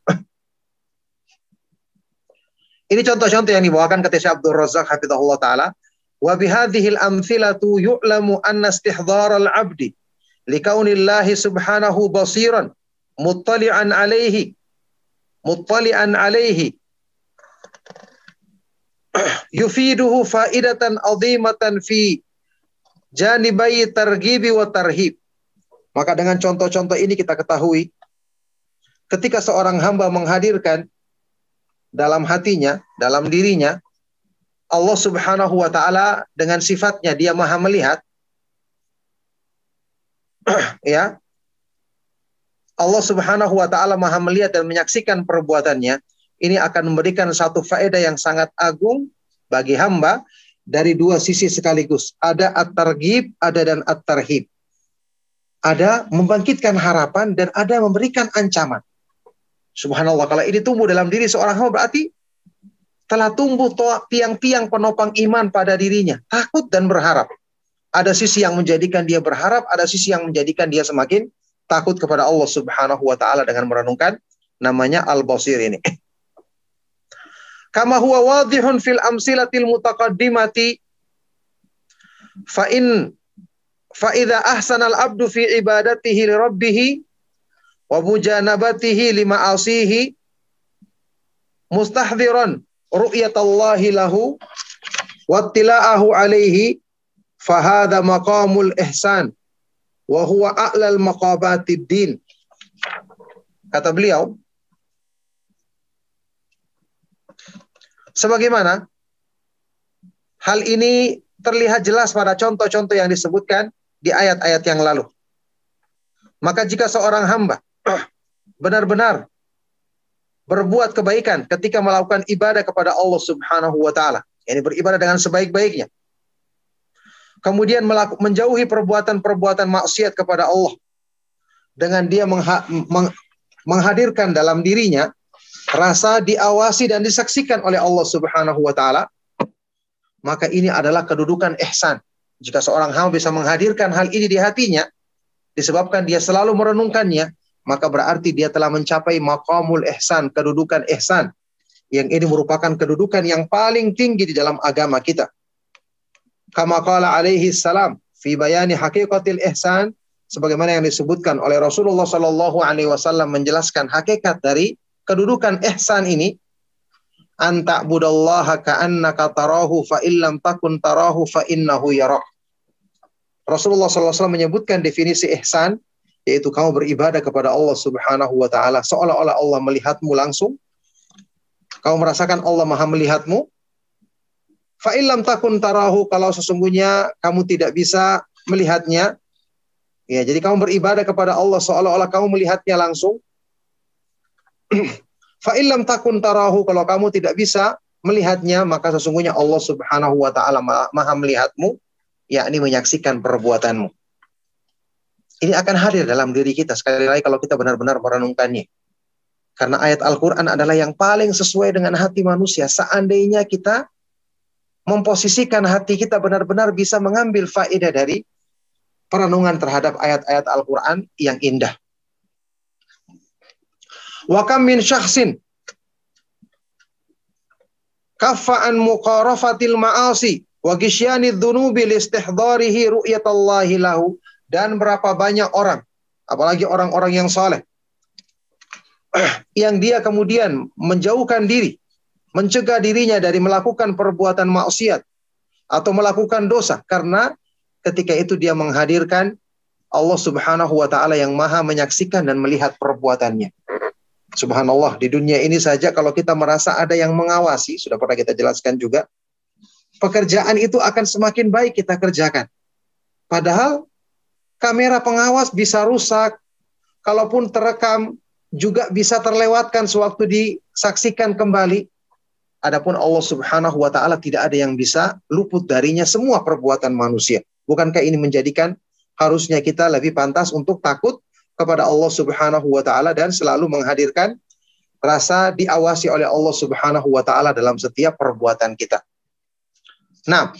Ini contoh-contoh yang dibawakan kata Syekh Abdul Razak hafizahullah taala. Wa bihadhil amthilatu yu'lamu anna istihdharal 'abdi likaunillahi subhanahu basiran muttali'an alaihi yufiduhu faidatan 'azimatan fi janibai targhibi wa tarhib. Maka dengan contoh-contoh ini kita ketahui ketika seorang hamba menghadirkan dalam hatinya, dalam dirinya, Allah Subhanahu wa taala dengan sifatnya dia Maha melihat, ya. Allah Subhanahu wa taala Maha melihat dan menyaksikan perbuatannya. Ini akan memberikan satu faedah yang sangat agung bagi hamba dari dua sisi sekaligus. Ada at-targhib, ada dan at-tarhib. Ada membangkitkan harapan dan ada memberikan ancaman. Subhanallah, kalau ini tumbuh dalam diri seorang hamba berarti telah tumbuh tiang-tiang penopang iman pada dirinya, takut dan berharap. Ada sisi yang menjadikan dia berharap, ada sisi yang menjadikan dia semakin takut kepada Allah Subhanahu wa taala dengan merenungkan namanya Al-Basir ini. Kama huwa wadihun fil amsilatil mutaqaddimati fa idza ahsana al-abdu fi ibadatihi li rabbih wa mujanabatihi lima asihi mustahdhiran ru'yatallahi lahu wa tila'ahu alaihi fahada maqamul ihsan wa huwa a'lal maqabatid din. Kata beliau, sebagaimana hal ini terlihat jelas pada contoh-contoh yang disebutkan di ayat-ayat yang lalu. Maka jika seorang hamba benar-benar berbuat kebaikan ketika melakukan ibadah kepada Allah Subhanahu wa taala, yakni beribadah dengan sebaik-baiknya, kemudian menjauhi perbuatan-perbuatan maksiat kepada Allah, dengan dia menghadirkan dalam dirinya rasa diawasi dan disaksikan oleh Allah Subhanahu wa taala, maka ini adalah kedudukan ihsan. Jika seorang hamba bisa menghadirkan hal ini di hatinya, disebabkan dia selalu merenungkannya, maka berarti dia telah mencapai maqamul ihsan, kedudukan ihsan. Yang ini merupakan kedudukan yang paling tinggi di dalam agama kita. Kama qala alaihi salam fi bayani haqiqatil ihsan, sebagaimana yang disebutkan oleh Rasulullah sallallahu alaihi wasallam menjelaskan hakikat dari kedudukan ihsan ini, anta budallaha ka'annaka tarahu fa illam takun tarahu fa innahu yarak. Rasulullah sallallahu alaihi wasallam menyebutkan definisi ihsan, yaitu kamu beribadah kepada Allah Subhanahu wa taala seolah-olah Allah melihatmu langsung. Kamu merasakan Allah Maha melihatmu. Fa illam takun tarahu, kalau sesungguhnya kamu tidak bisa melihatnya, ya, jadi kamu beribadah kepada Allah seolah-olah kamu melihatnya langsung. Fa illam takun tarahu, kalau kamu tidak bisa melihatnya, maka sesungguhnya Allah Subhanahu wa taala Maha melihatmu, yakni menyaksikan perbuatanmu. Ini akan hadir dalam diri kita sekali lagi kalau kita benar-benar merenungkannya. Karena ayat Al-Quran adalah yang paling sesuai dengan hati manusia. Seandainya kita memposisikan hati kita benar-benar bisa mengambil faedah dari perenungan terhadap ayat-ayat Al-Quran yang indah. Wa kam min syakhsin kaffa'an muqarafatil ma'asi wa gisyanid dhunubi listihdarihi ru'yatallahi lahu. Dan berapa banyak orang, apalagi orang-orang yang saleh, yang dia kemudian menjauhkan diri, mencegah dirinya dari melakukan perbuatan maksiat atau melakukan dosa, karena ketika itu dia menghadirkan Allah Subhanahu wa taala yang Maha menyaksikan dan melihat perbuatannya. Subhanallah, di dunia ini saja kalau kita merasa ada yang mengawasi, sudah pernah kita jelaskan juga, pekerjaan itu akan semakin baik kita kerjakan. Padahal kamera pengawas bisa rusak, kalaupun terekam juga bisa terlewatkan sewaktu disaksikan kembali. Adapun Allah Subhanahu wa taala tidak ada yang bisa luput darinya semua perbuatan manusia. Bukankah ini menjadikan harusnya kita lebih pantas untuk takut kepada Allah Subhanahu wa taala dan selalu menghadirkan rasa diawasi oleh Allah Subhanahu wa taala dalam setiap perbuatan kita. Nah,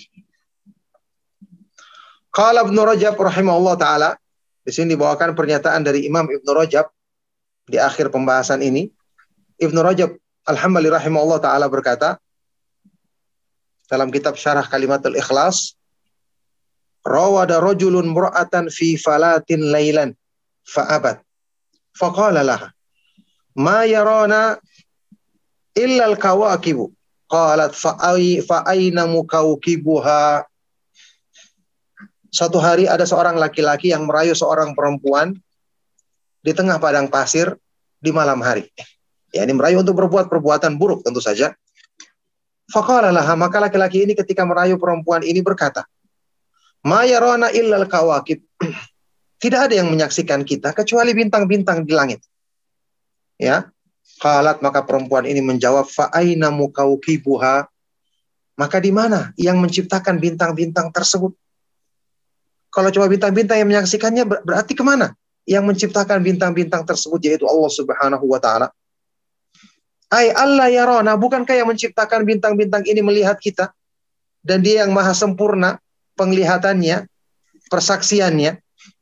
qala Ibnu Rajab rahimahullah taala, di sini dibawakan pernyataan dari Imam Ibnu Rajab di akhir pembahasan ini. Ibnu Rajab Al-Hambali rahimahullah taala berkata dalam kitab Syarah Kalimatul Ikhlas, rawada rajulun mur'atan fi falatin lailan fa'abat faqala laha ma yarana illa al-kawakibu qalat fa'aina mukawkibuha. Suatu hari ada seorang laki-laki yang merayu seorang perempuan di tengah padang pasir di malam hari. Ya, ini merayu untuk berbuat perbuatan buruk tentu saja. Faqala laha, maka laki-laki ini ketika merayu perempuan ini berkata, ma yarana illal kawakib. Tidak ada yang menyaksikan kita kecuali bintang-bintang di langit. Ya. Qalat, maka perempuan ini menjawab, fa aina mukawkibuha. Maka di mana yang menciptakan bintang-bintang tersebut? Kalau cuma bintang-bintang yang menyaksikannya, berarti kemana? Yang menciptakan bintang-bintang tersebut, yaitu Allah Subhanahu wa ta'ala. Ay Allah yarona, bukankah yang menciptakan bintang-bintang ini melihat kita? Dan dia yang maha sempurna penglihatannya. persaksiannya.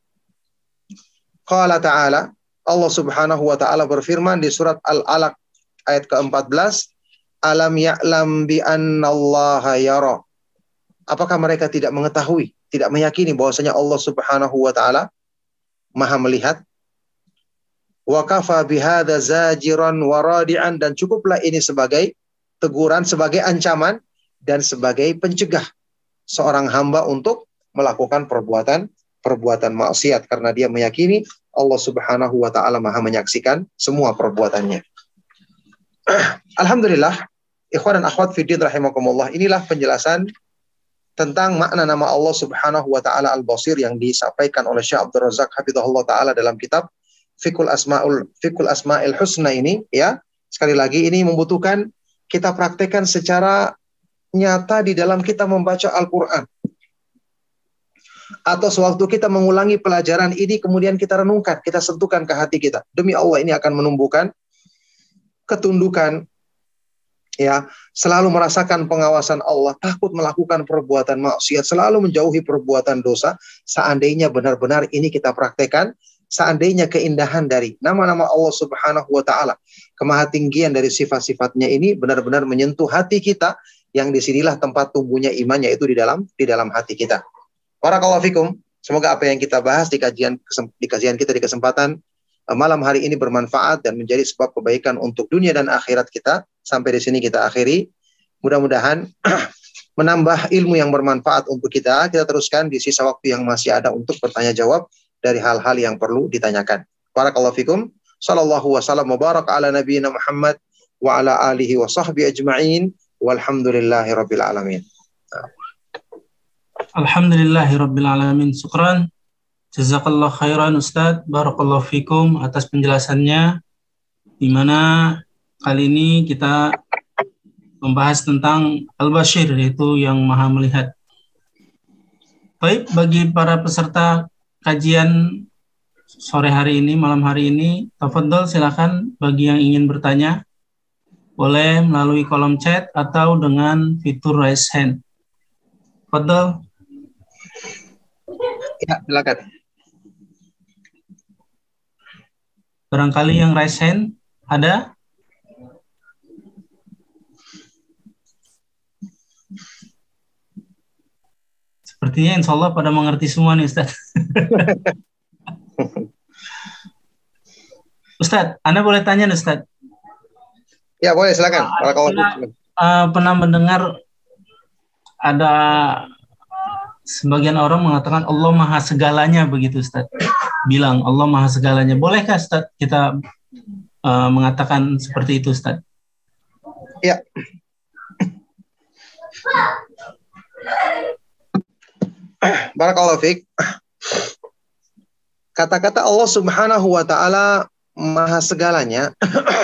Qala ta'ala, Allah Subhanahu wa taala berfirman di surat Al-Alaq ayat ke-14, alam ya'lam bi annallaha yara. Apakah mereka tidak mengetahui, tidak meyakini bahwasanya Allah Subhanahu wa taala Maha melihat? Wa kafa bihadza zajiran wa radi'an, dan cukuplah ini sebagai teguran, sebagai ancaman dan sebagai pencegah seorang hamba untuk melakukan perbuatan maksiat, karena dia meyakini Allah Subhanahu wa taala Maha menyaksikan semua perbuatannya. Alhamdulillah, ikhwan dan akhwat fiddin rahimakumullah, inilah penjelasan tentang makna nama Allah Subhanahu wa taala Al-Basir yang disampaikan oleh Syekh Abdul Razak hafizahullah taala dalam kitab Fiqhul Asma'il Husna ini, ya. Sekali lagi ini membutuhkan kita praktekkan secara nyata di dalam kita membaca Al-Qur'an. Atau sewaktu kita mengulangi pelajaran ini kemudian kita renungkan, kita sentuhkan ke hati kita. Demi Allah ini akan menumbuhkan ketundukan, ya, selalu merasakan pengawasan Allah, takut melakukan perbuatan maksiat, selalu menjauhi perbuatan dosa. Seandainya benar-benar ini kita praktekkan, seandainya keindahan dari nama-nama Allah Subhanahu wa taala, kemahatinggian dari sifat-sifatnya ini benar-benar menyentuh hati kita, yang disinilah tempat tumbuhnya iman, yaitu di dalam hati kita. Barakallahu fikum. Semoga apa yang kita bahas di kajian kita di kesempatan malam hari ini bermanfaat dan menjadi sebab kebaikan untuk dunia dan akhirat kita. Sampai di sini kita akhiri. Mudah-mudahan menambah ilmu yang bermanfaat untuk kita. Kita teruskan di sisa waktu yang masih ada untuk bertanya jawab dari hal-hal yang perlu ditanyakan. Barakallahu fikum. Sallallahu wasallam wa baraka ala nabiyyina Muhammad wa ala alihi wa sahbihi ajma'in. Walhamdulillahi rabbil alamin. Alhamdulillahi rabbil alamin. Syukran. Jazakallah khairan Ustaz. Barakallahu fikum atas penjelasannya, di mana kali ini kita membahas tentang Al-Bashir, yaitu yang Maha melihat. Baik, bagi para peserta kajian sore hari ini, malam hari ini, tafadhol silakan bagi yang ingin bertanya, boleh melalui kolom chat atau dengan fitur raise hand. Tafadhol. Ya, silakan. Barangkali yang raise hand ada? Sepertinya insya Allah pada mengerti semua nih Ustaz. Ustaz, Anda boleh tanya nih Ustaz? Ya boleh, silakan. Pernah mendengar ada sebagian orang mengatakan Allah Maha segalanya, begitu Ustaz. Bilang Allah Maha segalanya. Bolehkah Ustaz kita mengatakan seperti itu Ustaz? Ya. Barakallahu fiik. Kata-kata Allah Subhanahu wa taala Maha segalanya,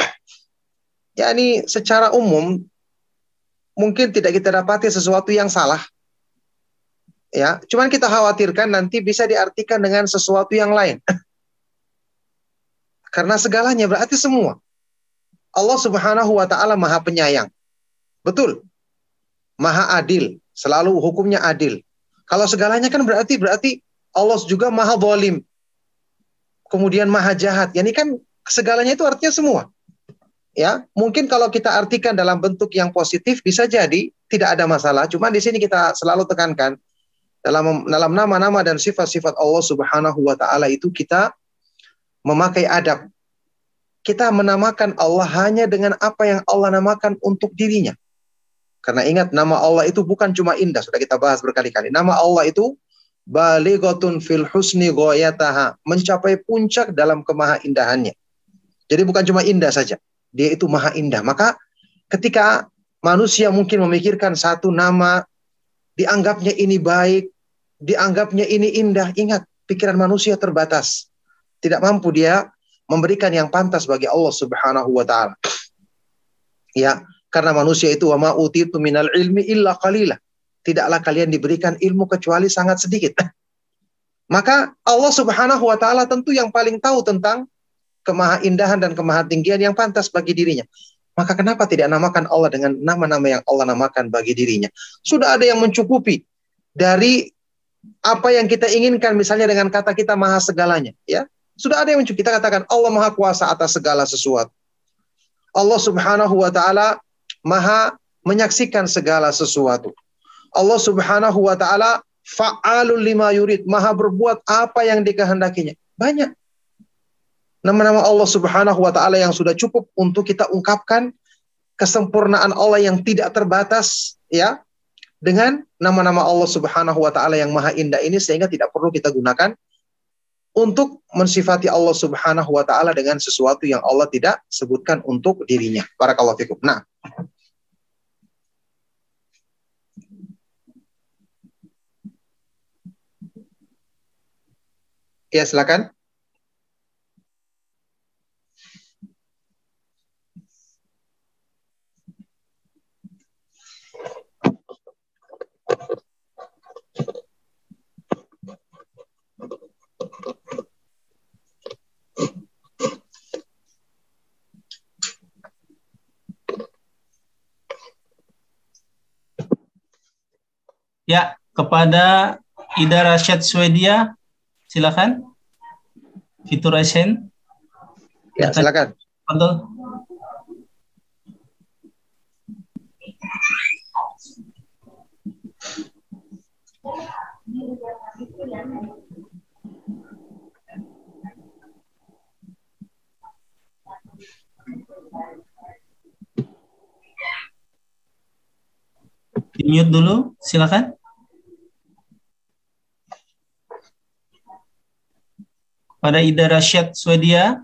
yakni secara umum mungkin tidak kita dapati sesuatu yang salah. Ya, cuman kita khawatirkan nanti bisa diartikan dengan sesuatu yang lain. Karena segalanya berarti semua. Allah Subhanahu wa taala Maha penyayang. Betul. Maha adil, selalu hukumnya adil. Kalau segalanya kan berarti Allah juga Maha zalim. Kemudian Maha jahat. Yani kan segalanya itu artinya semua. Ya, mungkin kalau kita artikan dalam bentuk yang positif bisa jadi tidak ada masalah. Cuma di sini kita selalu tekankan dalam nama-nama dan sifat-sifat Allah Subhanahu wa taala itu kita memakai adab. Kita menamakan Allah hanya dengan apa yang Allah namakan untuk dirinya. Karena ingat, nama Allah itu bukan cuma indah, sudah kita bahas berkali-kali. Nama Allah itu balighatun fil husni ghayataha, mencapai puncak dalam kemahaindahannya. Jadi bukan cuma indah saja, dia itu maha indah. Maka ketika manusia mungkin memikirkan satu nama, dianggapnya ini baik, dianggapnya ini indah, ingat, pikiran manusia terbatas. Tidak mampu dia memberikan yang pantas bagi Allah Subhanahu wa taala. Ya, karena manusia itu wa ma utitu minal ilmi illa qalila. Tidaklah kalian diberikan ilmu kecuali sangat sedikit. Maka Allah Subhanahu wa taala tentu yang paling tahu tentang kemahaindahan dan kemahatinggian yang pantas bagi dirinya. Maka kenapa tidak namakan Allah dengan nama-nama yang Allah namakan bagi dirinya? Sudah ada yang mencukupi dari apa yang kita inginkan, misalnya dengan kata kita maha segalanya, ya. Sudah ada yang kita katakan Allah maha kuasa atas segala sesuatu. Allah Subhanahu wa taala maha menyaksikan segala sesuatu. Allah Subhanahu wa taala fa'alul lima yurid, maha berbuat apa yang dikehendakinya. Banyak nama-nama Allah Subhanahu wa taala yang sudah cukup untuk kita ungkapkan kesempurnaan Allah yang tidak terbatas, ya, dengan nama-nama Allah Subhanahu wa taala yang maha indah ini, sehingga tidak perlu kita gunakan untuk mensifati Allah Subhanahu wa taala dengan sesuatu yang Allah tidak sebutkan untuk dirinya. Barakallahu fikum. Nah, ya silakan. Ya, kepada Ida Rashid Swedia, silakan. Fitur Asian. Ya, silakan. Betul. Di-mute dulu, silakan. Pada Ida Rashid Swedia.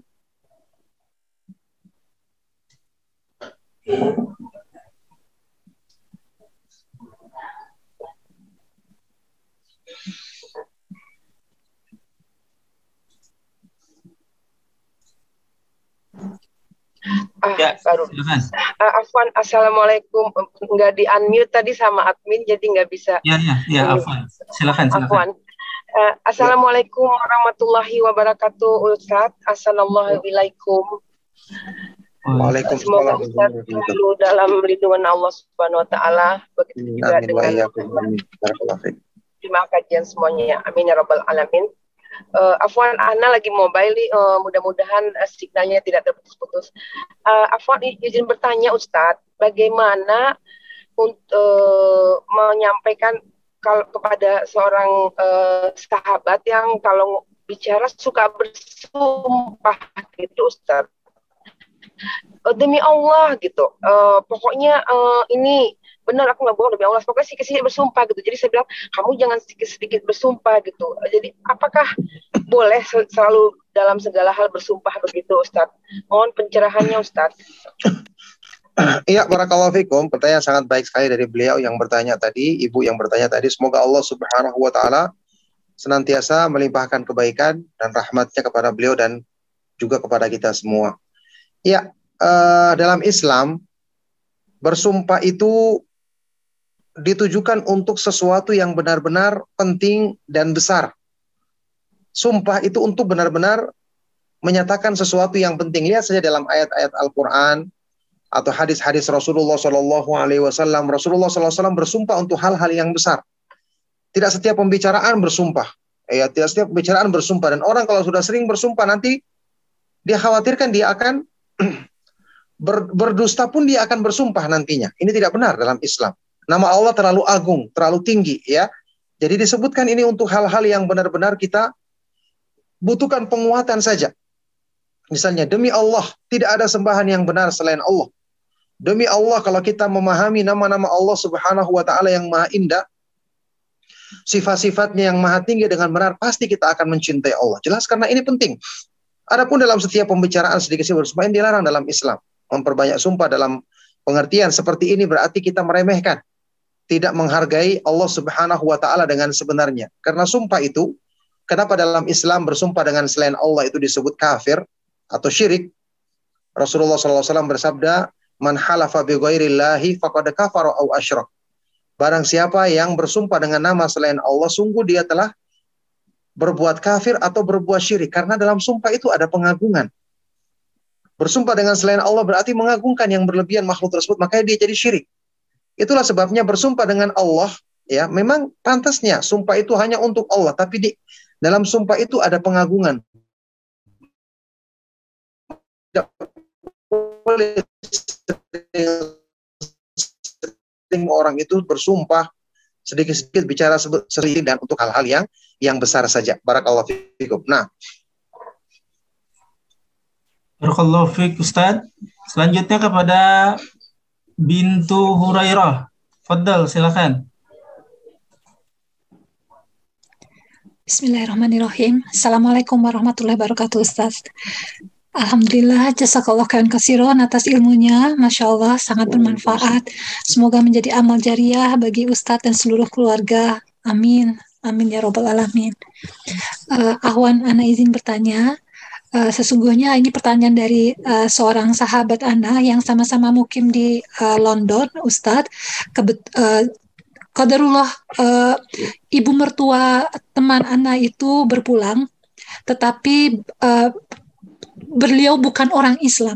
Ya, baru. Afwan, assalamualaikum. Nggak di unmute tadi sama admin, jadi nggak bisa. Ya, Afwan. Silakan. Afwan. Assalamualaikum warahmatullahi wabarakatuh, Ustaz. Assalamualaikum. Waalaikumsalam. Semoga Ustaz selalu dalam lindungan Allah Subhanahu Wa Taala. Begitu juga dengan terima kajian semuanya. Amin ya rabbal alamin. Afwan, Ana lagi mobile nih, mudah-mudahan signalnya tidak terputus-putus. Afwan, izin bertanya Ustadz, bagaimana untuk menyampaikan kepada seorang sahabat yang kalau bicara suka bersumpah gitu Ustadz, demi Allah gitu, pokoknya ini benar aku nggak bohong demi Allah, pokoknya sedikit bersumpah gitu. Jadi saya bilang kamu jangan sedikit bersumpah gitu. Jadi apakah boleh selalu dalam segala hal bersumpah begitu Ustadz? Mohon pencerahannya Ustadz. Iya, barakallahu fikum. Pertanyaan sangat baik sekali dari beliau yang bertanya tadi, ibu yang bertanya tadi. Semoga Allah Subhanahu wa taala senantiasa melimpahkan kebaikan dan rahmatnya kepada beliau dan juga kepada kita semua. Ya, dalam Islam bersumpah itu ditujukan untuk sesuatu yang benar-benar penting dan besar. Sumpah itu untuk benar-benar menyatakan sesuatu yang penting. Lihat saja dalam ayat-ayat Al-Quran atau hadis-hadis Rasulullah SAW. Rasulullah SAW bersumpah untuk hal-hal yang besar. Tidak setiap pembicaraan bersumpah. Ya, tidak setiap pembicaraan bersumpah. Dan orang kalau sudah sering bersumpah nanti dia khawatirkan dia akan berdusta pun dia akan bersumpah nantinya. Ini tidak benar dalam Islam. Nama Allah terlalu agung, terlalu tinggi, ya. Jadi disebutkan ini untuk hal-hal yang benar-benar kita butuhkan penguatan saja. Misalnya, demi Allah, tidak ada sembahan yang benar selain Allah. Demi Allah, kalau kita memahami nama-nama Allah Subhanahu wa taala yang maha indah, sifat-sifatnya yang maha tinggi dengan benar, pasti kita akan mencintai Allah. Jelas, karena ini penting. Adapun dalam setiap pembicaraan sedikit bersumpah ini dilarang dalam Islam. Memperbanyak sumpah dalam pengertian seperti ini berarti kita meremehkan, tidak menghargai Allah Subhanahu wa taala dengan sebenarnya. Karena sumpah itu, kenapa dalam Islam bersumpah dengan selain Allah itu disebut kafir atau syirik? Rasulullah SAW bersabda, "Man halafa bi ghairillahi faqad kafara aw asyrak." Barang siapa yang bersumpah dengan nama selain Allah, sungguh dia telah berbuat kafir atau berbuat syirik. Karena dalam sumpah itu ada pengagungan. Bersumpah dengan selain Allah berarti mengagungkan yang berlebihan makhluk tersebut, makanya dia jadi syirik. Itulah sebabnya bersumpah dengan Allah Ya, memang pantasnya sumpah itu hanya untuk Allah, tapi di dalam sumpah itu ada pengagungan. Tidak boleh sering orang itu bersumpah sedikit-sedikit bicara sering dan untuk hal-hal yang besar saja. Barakallahu fikum. Nah, Barakallahu fiik Ustaz. Selanjutnya kepada Bintu Hurairah. Fadal, silakan. Bismillahirrahmanirrahim. Assalamualaikum warahmatullahi wabarakatuh, Ustaz. Alhamdulillah, jazakallah khairan katsiran atas ilmunya. Masya Allah, sangat bermanfaat. Semoga menjadi amal jariah bagi Ustadz dan seluruh keluarga. Amin. Amin ya robbal alamin. Ahwan, Ana izin bertanya. Sesungguhnya ini pertanyaan dari seorang sahabat Ana yang sama-sama mukim di London, Ustadz. Qadarullah, ibu mertua teman Ana itu berpulang, tetapi beliau bukan orang Islam.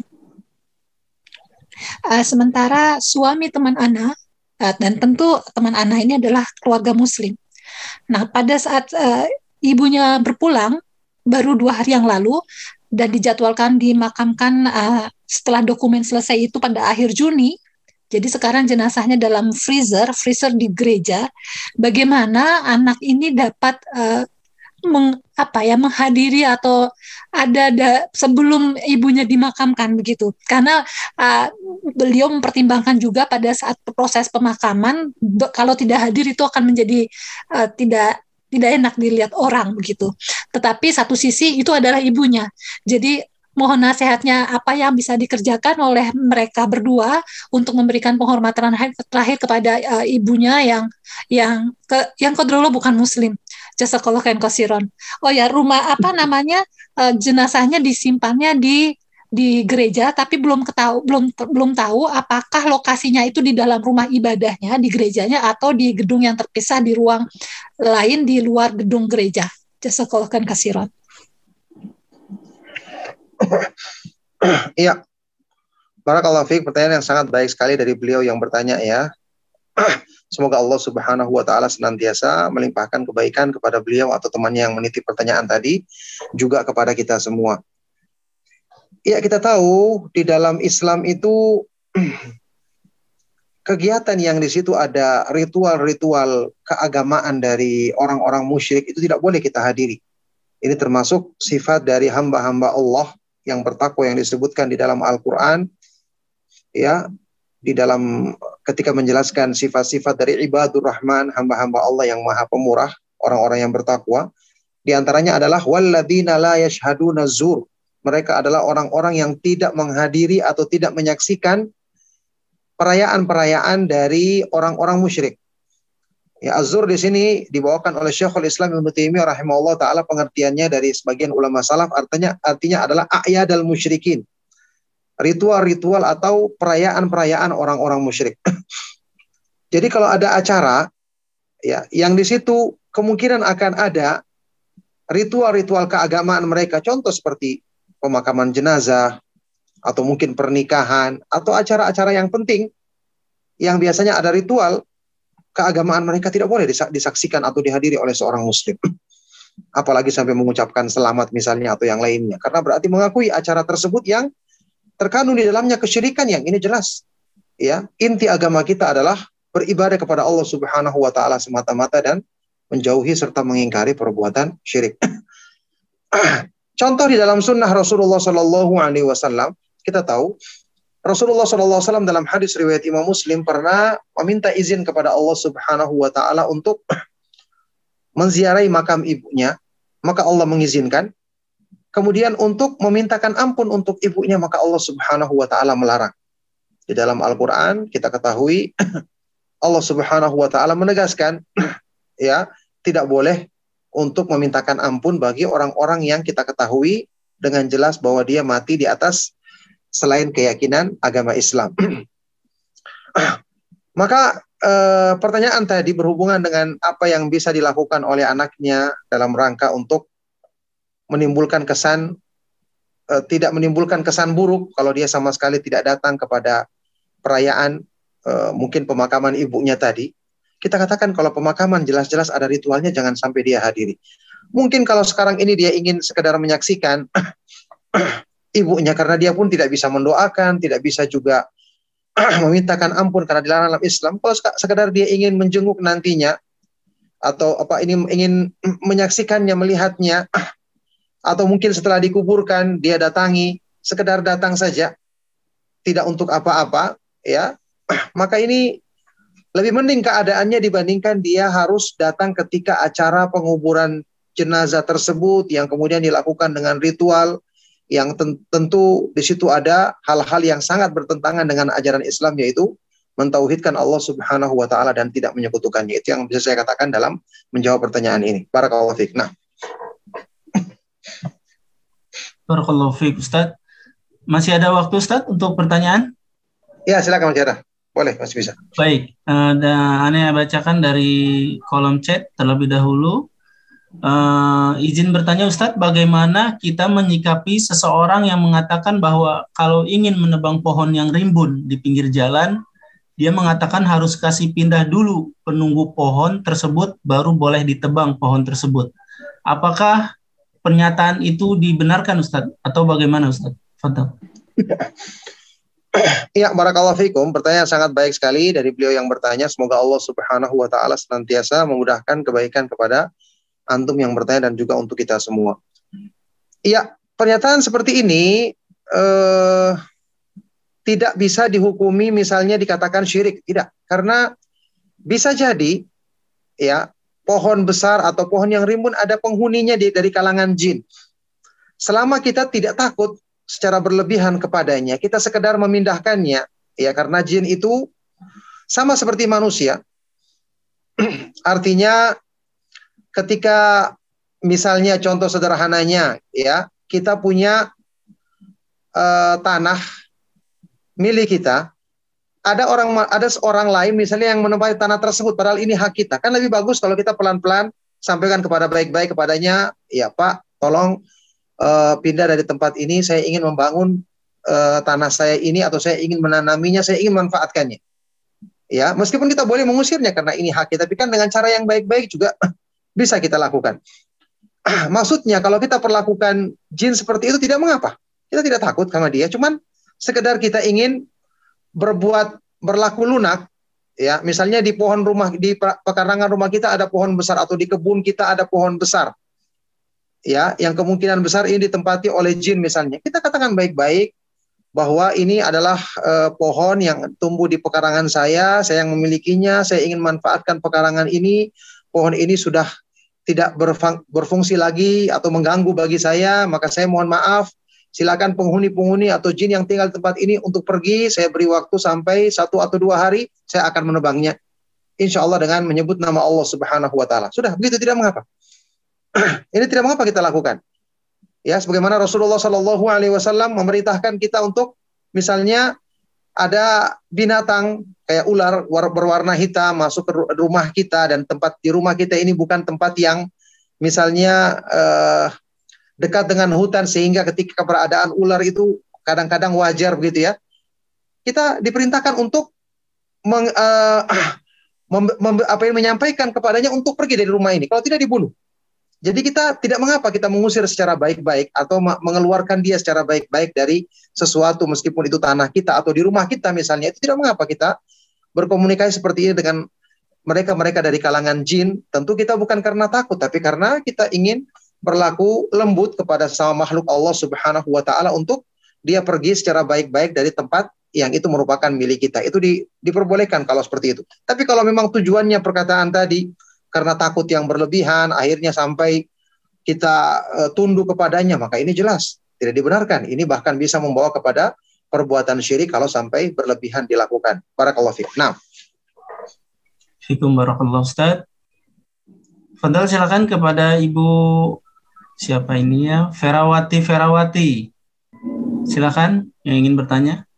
Sementara suami teman Ana, dan tentu teman Ana ini adalah keluarga Muslim. Nah, pada saat ibunya berpulang, baru 2 hari yang lalu, dan dijadwalkan dimakamkan setelah dokumen selesai itu pada akhir Juni. Jadi sekarang jenazahnya dalam freezer di gereja. Bagaimana anak ini dapat menghadiri atau ada sebelum ibunya dimakamkan begitu, karena beliau mempertimbangkan juga pada saat proses pemakaman kalau tidak hadir itu akan menjadi tidak enak dilihat orang begitu. Tetapi satu sisi itu adalah ibunya, jadi mohon nasihatnya apa yang bisa dikerjakan oleh mereka berdua untuk memberikan penghormatan terakhir kepada ibunya yang qadarullah bukan Muslim. Jazakallah khairan katsiran. Oh ya, rumah jenazahnya disimpannya di gereja, tapi belum tahu apakah lokasinya itu di dalam rumah ibadahnya di gerejanya atau di gedung yang terpisah di ruang lain di luar gedung gereja. Jazakallah khairan katsiran. Iya. Barakallahu fiik, pertanyaan yang sangat baik sekali dari beliau yang bertanya ya. Semoga Allah Subhanahu wa taala senantiasa melimpahkan kebaikan kepada beliau atau temannya yang menitip pertanyaan tadi, juga kepada kita semua. Ya, kita tahu di dalam Islam itu kegiatan yang di situ ada ritual-ritual keagamaan dari orang-orang musyrik itu tidak boleh kita hadiri. Ini termasuk sifat dari hamba-hamba Allah yang bertakwa yang disebutkan di dalam Al-Quran, ya, di dalam ketika menjelaskan sifat-sifat dari ibadur rahman, hamba-hamba Allah yang maha pemurah, orang-orang yang bertakwa, di antaranya adalah walladzina la yashhaduna zur. Mereka adalah orang-orang yang tidak menghadiri atau tidak menyaksikan perayaan-perayaan dari orang-orang musyrik. Ya, azur di sini dibawakan oleh Syekhul Islam Ibnu Taimiyah rahimahullah taala, pengertiannya dari sebagian ulama salaf artinya adalah a'yadal musyrikin. Ritual-ritual atau perayaan-perayaan orang-orang musyrik. Jadi kalau ada acara ya yang di situ kemungkinan akan ada ritual-ritual keagamaan mereka, contoh seperti pemakaman jenazah atau mungkin pernikahan atau acara-acara yang penting yang biasanya ada ritual keagamaan mereka, tidak boleh disaksikan atau dihadiri oleh seorang muslim. Apalagi sampai mengucapkan selamat misalnya atau yang lainnya, karena berarti mengakui acara tersebut yang terkandung di dalamnya kesyirikan yang ini jelas. Ya, inti agama kita adalah beribadah kepada Allah Subhanahu wa taala semata-mata dan menjauhi serta mengingkari perbuatan syirik. Contoh di dalam sunnah Rasulullah Shallallahu Alaihi Wasallam, kita tahu Rasulullah Shallallahu Alaihi Wasallam dalam hadis riwayat Imam Muslim pernah meminta izin kepada Allah Subhanahu Wa Taala untuk menziarahi makam ibunya, maka Allah mengizinkan. Kemudian untuk memintakan ampun untuk ibunya, maka Allah Subhanahu Wa Taala melarang. Di dalam Al-Quran kita ketahui Allah Subhanahu Wa Taala menegaskan, ya, tidak boleh untuk memintakan ampun bagi orang-orang yang kita ketahui dengan jelas bahwa dia mati di atas selain keyakinan agama Islam. Maka pertanyaan tadi berhubungan dengan apa yang bisa dilakukan oleh anaknya dalam rangka untuk menimbulkan kesan, tidak menimbulkan kesan buruk kalau dia sama sekali tidak datang kepada perayaan mungkin pemakaman ibunya tadi. kita katakan kalau pemakaman jelas-jelas ada ritualnya, jangan sampai dia hadiri. Mungkin kalau sekarang ini dia ingin sekedar menyaksikan ibunya karena dia pun tidak bisa mendoakan, tidak bisa juga memintakan ampun karena dilarang dalam Islam. Kalau sekedar dia ingin menjenguk nantinya atau ini ingin menyaksikannya, melihatnya, atau mungkin setelah dikuburkan dia datangi, sekedar datang saja, tidak untuk apa-apa, ya, maka ini lebih mending keadaannya dibandingkan dia harus datang ketika acara penguburan jenazah tersebut yang kemudian dilakukan dengan ritual yang tentu di situ ada hal-hal yang sangat bertentangan dengan ajaran Islam, yaitu mentauhidkan Allah Subhanahu wa taala dan tidak menyekutukannya. Itu yang bisa saya katakan dalam menjawab pertanyaan ini. Barakallahu fiik. Nah. Barakallahu fiik, Ustaz. Masih ada waktu, Ustaz, untuk pertanyaan? Ya, silakan Mas Jara. Boleh, masih bisa. Baik, Ane bacakan dari kolom chat terlebih dahulu. Izin bertanya Ustadz, bagaimana kita menyikapi seseorang yang mengatakan bahwa kalau ingin menebang pohon yang rimbun di pinggir jalan, dia mengatakan harus kasih pindah dulu penunggu pohon tersebut baru boleh ditebang pohon tersebut. Apakah pernyataan itu dibenarkan Ustadz atau bagaimana Ustadz? Fadhal. Ya, barakallahu fikum. Pertanyaan sangat baik sekali dari beliau yang bertanya. Semoga Allah Subhanahu wa taala senantiasa memudahkan kebaikan kepada antum yang bertanya dan juga untuk kita semua. Iya, pernyataan seperti ini tidak bisa dihukumi misalnya dikatakan syirik, tidak. Karena bisa jadi ya, pohon besar atau pohon yang rimbun ada penghuninya dari kalangan jin. Selama kita tidak takut secara berlebihan kepadanya, kita sekedar memindahkannya, ya, karena jin itu sama seperti manusia. Artinya ketika misalnya contoh sederhananya, ya, kita punya tanah milik kita, ada seorang lain misalnya yang menempati tanah tersebut, padahal ini hak kita. Kan lebih bagus kalau kita pelan-pelan sampaikan kepada baik-baik kepadanya, ya Pak, tolong pindah dari tempat ini, saya ingin membangun tanah saya ini, atau saya ingin menanaminya, saya ingin memanfaatkannya. Ya, meskipun kita boleh mengusirnya karena ini hak kita, tapi kan dengan cara yang baik-baik juga bisa kita lakukan. Maksudnya kalau kita perlakukan jin seperti itu tidak mengapa. Kita tidak takut sama dia, cuman sekedar kita ingin berlaku lunak, ya. Misalnya di pohon rumah, di pekarangan rumah kita ada pohon besar, atau di kebun kita ada pohon besar, ya, yang kemungkinan besar ini ditempati oleh jin misalnya. Kita katakan baik-baik bahwa ini adalah pohon yang tumbuh di pekarangan saya yang memilikinya, saya ingin manfaatkan pekarangan ini, pohon ini sudah tidak berfungsi lagi atau mengganggu bagi saya, maka saya mohon maaf, silakan penghuni-penghuni atau jin yang tinggal di tempat ini untuk pergi, saya beri waktu sampai 1 atau 2 hari, saya akan menebangnya. Insya Allah dengan menyebut nama Allah Subhanahu wa taala. Sudah, begitu, tidak mengapa. Ini tidak mengapa kita lakukan. Ya, sebagaimana Rasulullah Shallallahu alaihi wasallam memerintahkan kita untuk misalnya ada binatang kayak ular berwarna hitam masuk ke rumah kita, dan tempat di rumah kita ini bukan tempat yang misalnya dekat dengan hutan, sehingga ketika keberadaan ular itu kadang-kadang wajar begitu ya. Kita diperintahkan untuk menyampaikan kepadanya untuk pergi dari rumah ini, kalau tidak dibunuh. Jadi kita tidak mengapa kita mengusir secara baik-baik atau mengeluarkan dia secara baik-baik dari sesuatu, meskipun itu tanah kita atau di rumah kita misalnya, itu tidak mengapa kita berkomunikasi seperti ini dengan mereka-mereka dari kalangan jin. Tentu kita bukan karena takut, tapi karena kita ingin berlaku lembut kepada sesama makhluk Allah Subhanahu wa taala untuk dia pergi secara baik-baik dari tempat yang itu merupakan milik kita. Itu diperbolehkan kalau seperti itu. Tapi kalau memang tujuannya perkataan tadi karena takut yang berlebihan, akhirnya sampai kita tunduk kepadanya, maka ini jelas tidak dibenarkan. Ini bahkan bisa membawa kepada perbuatan syirik kalau sampai berlebihan dilakukan. Barakallahu fiik. Nah. Fikum barakallahu Ustaz. Fadhal, silakan kepada Ibu siapa ini ya? Ferawati. Silakan yang ingin bertanya.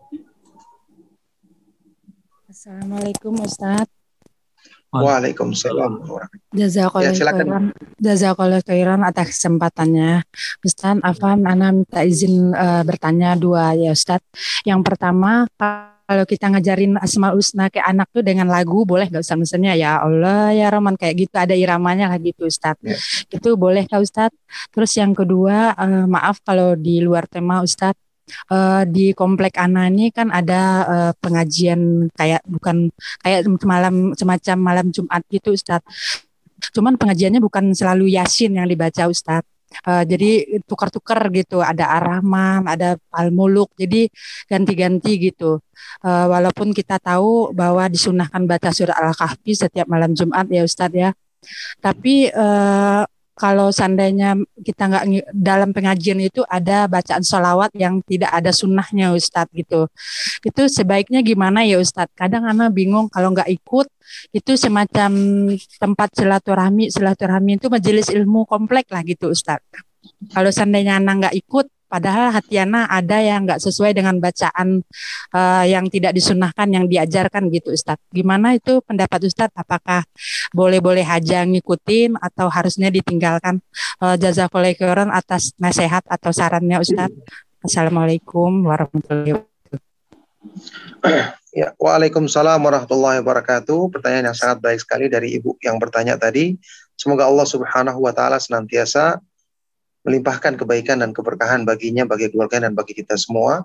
Assalamualaikum Ustaz. Waalaikumsalam. Jazakallahu khairan atas kesempatannya. Ustaz, afwan, ana minta izin bertanya 2 ya Ustaz. Yang pertama, kalau kita ngajarin Asmaul Husna ke anak tuh dengan lagu boleh nggak Ustaz? Misalnya ya Allah ya Rahman kayak gitu ada iramanya lah gitu Ustaz. Ya. Itu boleh kah Ustaz? Terus yang kedua maaf kalau di luar tema Ustaz. Di komplek Ana ini kan ada pengajian kayak bukan kayak semacam malam Jumat gitu Ustaz. Cuman pengajiannya bukan selalu Yasin yang dibaca Ustaz. Jadi tukar-tukar gitu, ada Ar-Rahman, ada Al-Muluk, jadi ganti-ganti gitu. Walaupun kita tahu bahwa disunahkan baca surah Al-Kahfi setiap malam Jumat ya Ustadz ya. Tapi kalau seandainya kita nggak dalam pengajian itu ada bacaan sholawat yang tidak ada sunnahnya Ustadz gitu. Itu sebaiknya gimana ya Ustadz? Kadang Ana bingung kalau nggak ikut itu semacam tempat silaturahmi itu majelis ilmu komplek lah gitu Ustadz. Kalau seandainya Ana nggak ikut, padahal hati Ana ada yang nggak sesuai dengan bacaan yang tidak disunahkan, yang diajarkan gitu Ustadz. Gimana itu pendapat Ustadz? Apakah boleh-boleh aja ngikutin atau harusnya ditinggalkan? Jazakallahu khairan atas nasihat atau sarannya Ustadz. Assalamualaikum warahmatullahi wabarakatuh. Ya, Waalaikumsalam warahmatullahi wabarakatuh. Pertanyaan yang sangat baik sekali dari Ibu yang bertanya tadi. Semoga Allah Subhanahu wa taala senantiasa melimpahkan kebaikan dan keberkahan baginya, bagi keluarga dan bagi kita semua.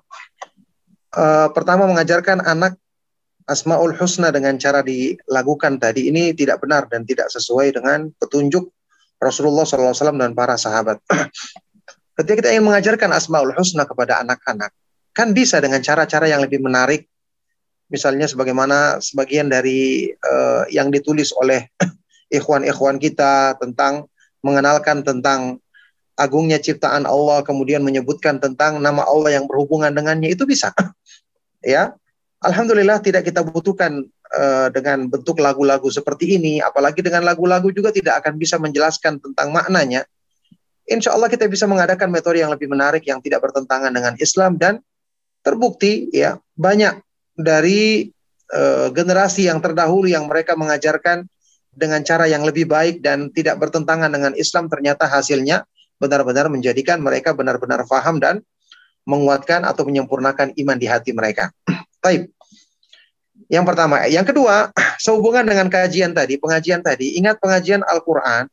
Pertama, mengajarkan anak Asmaul Husna dengan cara dilakukan tadi ini tidak benar dan tidak sesuai dengan petunjuk Rasulullah SAW dan para sahabat. Ketika kita ingin mengajarkan Asmaul Husna kepada anak-anak, kan bisa dengan cara-cara yang lebih menarik. Misalnya sebagaimana sebagian dari yang ditulis oleh ikhwan-ikhwan kita tentang mengenalkan tentang agungnya ciptaan Allah, kemudian menyebutkan tentang nama Allah yang berhubungan dengannya, itu bisa. Ya, alhamdulillah tidak kita butuhkan dengan bentuk lagu-lagu seperti ini, apalagi dengan lagu-lagu juga tidak akan bisa menjelaskan tentang maknanya. Insya Allah kita bisa mengadakan metode yang lebih menarik yang tidak bertentangan dengan Islam, dan terbukti ya banyak dari generasi yang terdahulu yang mereka mengajarkan dengan cara yang lebih baik dan tidak bertentangan dengan Islam, ternyata hasilnya benar-benar menjadikan mereka benar-benar faham dan menguatkan atau menyempurnakan iman di hati mereka. Baik. Yang pertama. Yang kedua, sehubungan dengan pengajian tadi, ingat pengajian Al-Quran.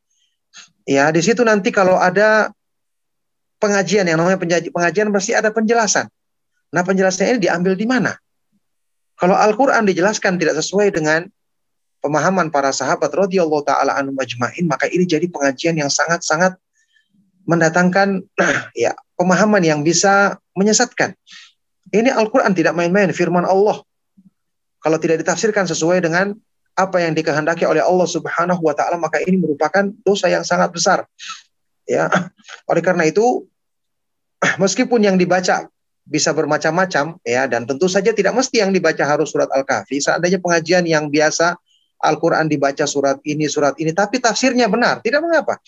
Ya, di situ nanti kalau ada pengajian, yang namanya pengajian pasti ada penjelasan. Nah, penjelasannya ini diambil di mana? Kalau Al-Quran dijelaskan tidak sesuai dengan pemahaman para sahabat radhiyallahu taala anhum ajmain, maka ini jadi pengajian yang sangat-sangat mendatangkan ya pemahaman yang bisa menyesatkan. Ini Al-Quran tidak main-main, firman Allah. Kalau tidak ditafsirkan sesuai dengan apa yang dikehendaki oleh Allah Subhanahu wa taala, maka ini merupakan dosa yang sangat besar. Ya. Oleh karena itu, meskipun yang dibaca bisa bermacam-macam ya, dan tentu saja tidak mesti yang dibaca harus surat Al-Kahfi. Seandainya pengajian yang biasa Al-Quran dibaca surat ini, tapi tafsirnya benar, tidak mengapa.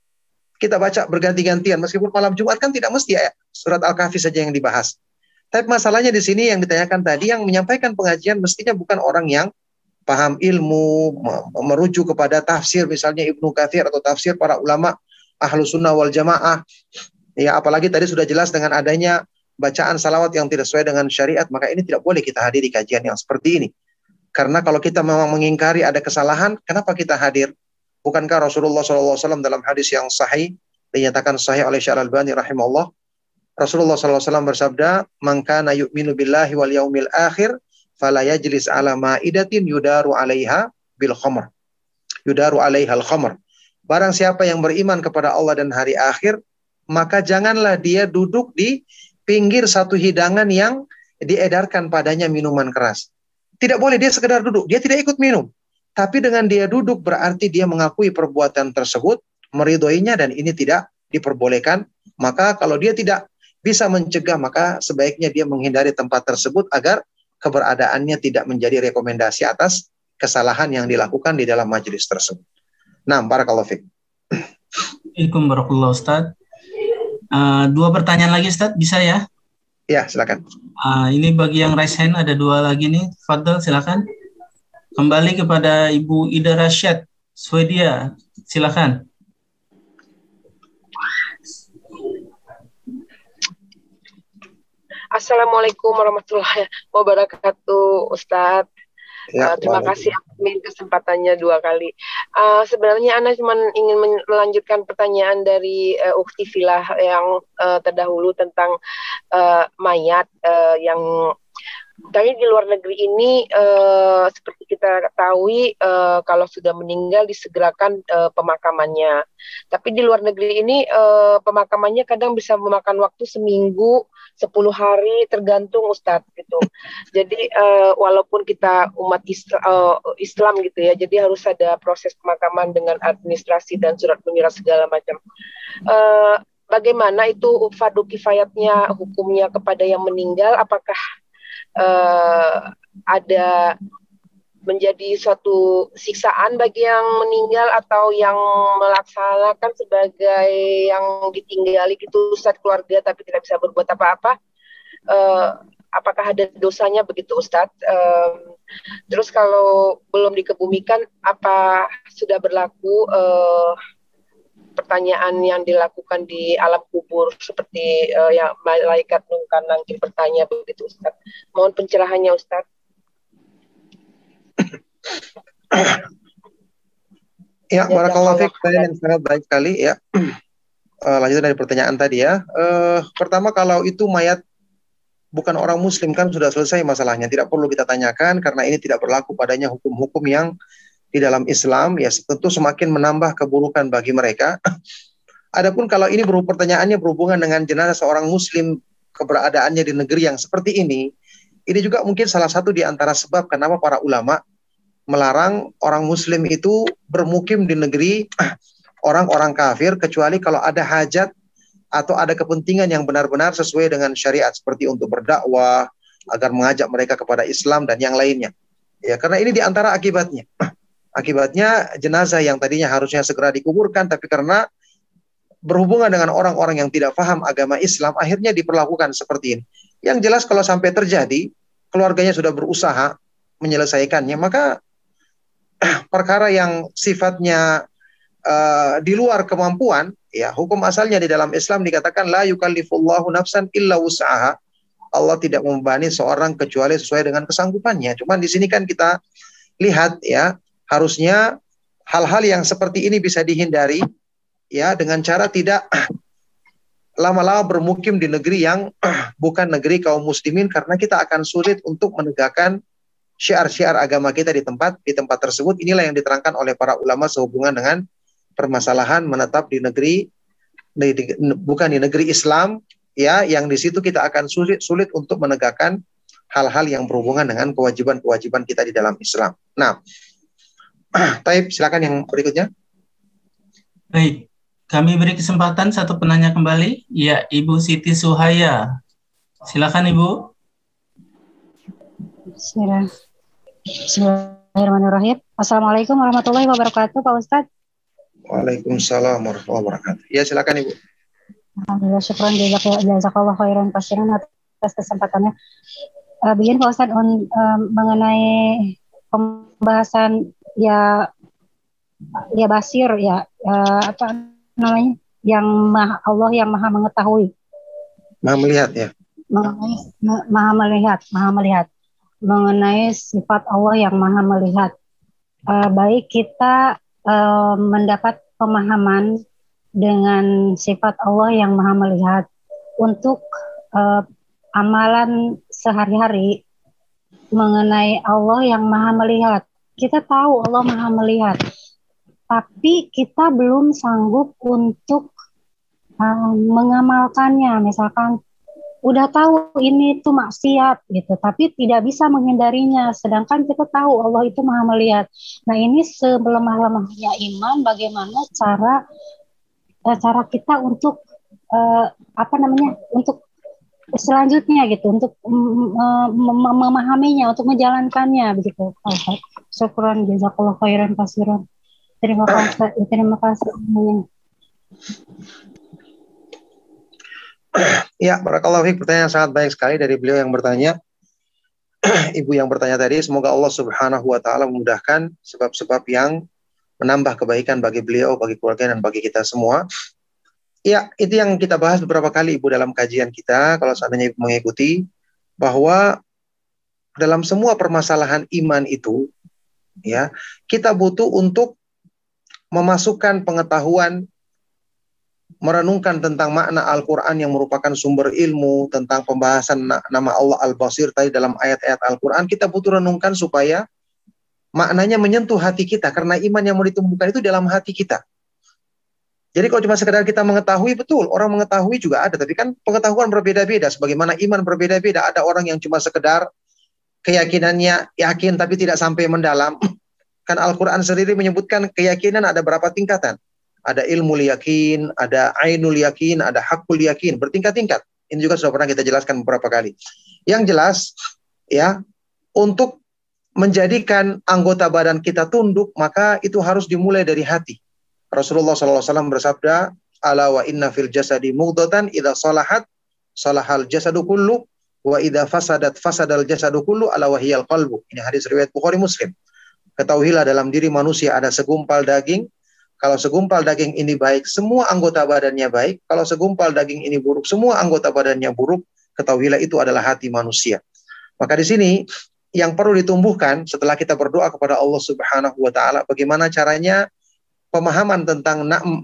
Kita baca berganti-gantian, meskipun malam Jumat kan tidak mesti ya, surat Al-Kahfi saja yang dibahas. Tapi masalahnya di sini yang ditanyakan tadi, yang menyampaikan pengajian mestinya bukan orang yang paham ilmu, merujuk kepada tafsir misalnya Ibnu Katsir atau tafsir para ulama Ahlus Sunnah wal Jamaah. Ya, apalagi tadi sudah jelas dengan adanya bacaan salawat yang tidak sesuai dengan syariat, maka ini tidak boleh kita hadiri kajian yang seperti ini. Karena kalau kita memang mengingkari ada kesalahan, kenapa kita hadir? Bukankah Rasulullah SAW dalam hadis yang sahih, dinyatakan sahih oleh Syekh Al-Albani rahimahullah, Rasulullah SAW bersabda, "Man kana yu'minu billahi wal yaumil akhir, fala yajlis ala ma'idatin yudaru 'alaiha bil khamr." Yudaru 'alaiha al khamr. Barang siapa yang beriman kepada Allah dan hari akhir, maka janganlah dia duduk di pinggir satu hidangan yang diedarkan padanya minuman keras. Tidak boleh dia sekedar duduk, dia tidak ikut minum. Tapi dengan dia duduk berarti dia mengakui perbuatan tersebut, meridhoinya, dan ini tidak diperbolehkan. Maka kalau dia tidak bisa mencegah, maka sebaiknya dia menghindari tempat tersebut agar keberadaannya tidak menjadi rekomendasi atas kesalahan yang dilakukan di dalam majelis tersebut. Nah, barakallahu fiik. Assalamualaikum warahmatullahi wabarakatuh. Dua pertanyaan lagi Ustaz, bisa ya? Ya, silakan. Ini bagi yang raise hand ada dua lagi nih. Fadl, silakan. Kembali kepada Ibu Ida Rasyad, Swedia, silakan. Assalamualaikum warahmatullahi wabarakatuh, Ustadz. Ya, Terima kasih admin kesempatannya 2 kali. Sebenarnya Ana cuma ingin melanjutkan pertanyaan dari Ukti Filah yang terdahulu tentang mayat yang dari di luar negeri ini seperti kita ketahui kalau sudah meninggal disegerakan pemakamannya. Tapi di luar negeri ini pemakamannya kadang bisa memakan waktu seminggu, 10 hari tergantung Ustadz gitu. Jadi walaupun kita umat Islam gitu ya, jadi harus ada proses pemakaman dengan administrasi dan surat menyurat segala macam. Bagaimana itu fardu kifayatnya, hukumnya kepada yang meninggal? Apakah ada menjadi suatu siksaan bagi yang meninggal atau yang melaksanakan sebagai yang ditinggali gitu Ustadz, keluarga tapi tidak bisa berbuat apa-apa? Apakah ada dosanya begitu Ustadz? Terus kalau belum dikebumikan, apa sudah berlaku pertanyaan yang dilakukan di alam kubur seperti yang malaikat nungkan nangkin bertanya begitu Ustaz? Mohon pencerahannya Ustaz. Ya, barakallahu fiik, pertanyaan yang sangat baik sekali ya. Lanjutan dari pertanyaan tadi ya. Pertama, kalau itu mayat bukan orang muslim kan sudah selesai masalahnya, tidak perlu kita tanyakan karena ini tidak berlaku padanya hukum-hukum yang di dalam Islam, ya tentu semakin menambah keburukan bagi mereka. Adapun kalau ini pertanyaannya berhubungan dengan jenazah seorang muslim, keberadaannya di negeri yang seperti ini juga mungkin salah satu di antara sebab kenapa para ulama melarang orang muslim itu bermukim di negeri orang-orang kafir, kecuali kalau ada hajat atau ada kepentingan yang benar-benar sesuai dengan syariat, seperti untuk berdakwah, agar mengajak mereka kepada Islam dan yang lainnya. Ya, karena ini di antara akibatnya. Akibatnya jenazah yang tadinya harusnya segera dikuburkan, tapi karena berhubungan dengan orang-orang yang tidak paham agama Islam, akhirnya diperlakukan seperti ini. Yang jelas kalau sampai terjadi, keluarganya sudah berusaha menyelesaikannya, maka perkara yang sifatnya di luar kemampuan, ya hukum asalnya di dalam Islam dikatakan la yukallifullahu nafsan illa wus'aha. Allah tidak membebani seorang kecuali sesuai dengan kesanggupannya. Cuman di sini kan kita lihat ya, harusnya hal-hal yang seperti ini bisa dihindari ya dengan cara tidak lama-lama bermukim di negeri yang bukan negeri kaum muslimin, karena kita akan sulit untuk menegakkan syiar-syiar agama kita di tempat tersebut. Inilah yang diterangkan oleh para ulama sehubungan dengan permasalahan menetap di negeri bukan di negeri Islam ya, yang di situ kita akan sulit untuk menegakkan hal-hal yang berhubungan dengan kewajiban-kewajiban kita di dalam Islam. Nah, Taib, silakan yang berikutnya. Baik, kami beri kesempatan satu penanya kembali, ya Ibu Siti Suhaya. Silakan Ibu. Bismillahirrahmanirrahim. Assalamualaikum warahmatullahi wabarakatuh, Pak Ustadz. Waalaikumsalam warahmatullahi wabarakatuh. Ya, silakan Ibu. Alhamdulillah, syukran jazakallahu khairan kasiran atas kesempatannya. Begini Pak Ustadz, mengenai pembahasan ya basir ya, apa namanya, yang Allah yang maha mengetahui, maha melihat ya, maha melihat mengenai sifat Allah yang maha melihat. Baik kita mendapat pemahaman dengan sifat Allah yang maha melihat untuk amalan sehari-hari mengenai Allah yang maha melihat. Kita tahu Allah maha melihat, tapi kita belum sanggup untuk mengamalkannya. Misalkan udah tahu ini tuh maksiat gitu, tapi tidak bisa menghindarinya, sedangkan kita tahu Allah itu maha melihat. Nah, ini selemah-lemahnya iman, bagaimana cara kita untuk untuk selanjutnya gitu, untuk memahaminya, untuk menjalankannya begitu. Syukran jazakallahu khairan kasiran. Terima kasih. Ya, barakallahu fiik, pertanyaan yang sangat baik sekali dari beliau yang bertanya. Ibu yang bertanya tadi, semoga Allah Subhanahu wa taala memudahkan sebab-sebab yang menambah kebaikan bagi beliau, bagi keluarga dan bagi kita semua. Ya, itu yang kita bahas beberapa kali Ibu dalam kajian kita, kalau seandainya Ibu mengikuti, bahwa dalam semua permasalahan iman itu, ya, kita butuh untuk memasukkan pengetahuan, merenungkan tentang makna Al-Quran yang merupakan sumber ilmu, tentang pembahasan nama Allah Al-Basir tadi dalam ayat-ayat Al-Quran, kita butuh renungkan supaya maknanya menyentuh hati kita, karena iman yang mau ditumbuhkan itu dalam hati kita. Jadi kalau cuma sekedar kita mengetahui, betul, orang mengetahui juga ada, tapi kan pengetahuan berbeda-beda, sebagaimana iman berbeda-beda. Ada orang yang cuma sekedar keyakinannya yakin tapi tidak sampai mendalam. Kan Al-Quran sendiri menyebutkan keyakinan ada berapa tingkatan. Ada ilmu yakin, ada ainul yakin, ada hakul yakin, bertingkat-tingkat. Ini juga sudah pernah kita jelaskan beberapa kali. Yang jelas, ya, untuk menjadikan anggota badan kita tunduk, maka itu harus dimulai dari hati. Rasulullah SAW bersabda, ala wa inna fil jasadi mudghatan idza salahat salahal jasadu kullu wa idza fasadat fasadal jasadu kullu ala wa hiyal qalbu. Ini hadis riwayat Bukhari Muslim. Ketahuilah dalam diri manusia ada segumpal daging. Kalau segumpal daging ini baik, semua anggota badannya baik. Kalau segumpal daging ini buruk, semua anggota badannya buruk. Ketahuilah itu adalah hati manusia. Maka di sini yang perlu ditumbuhkan setelah kita berdoa kepada Allah Subhanahu wa taala, bagaimana caranya pemahaman tentang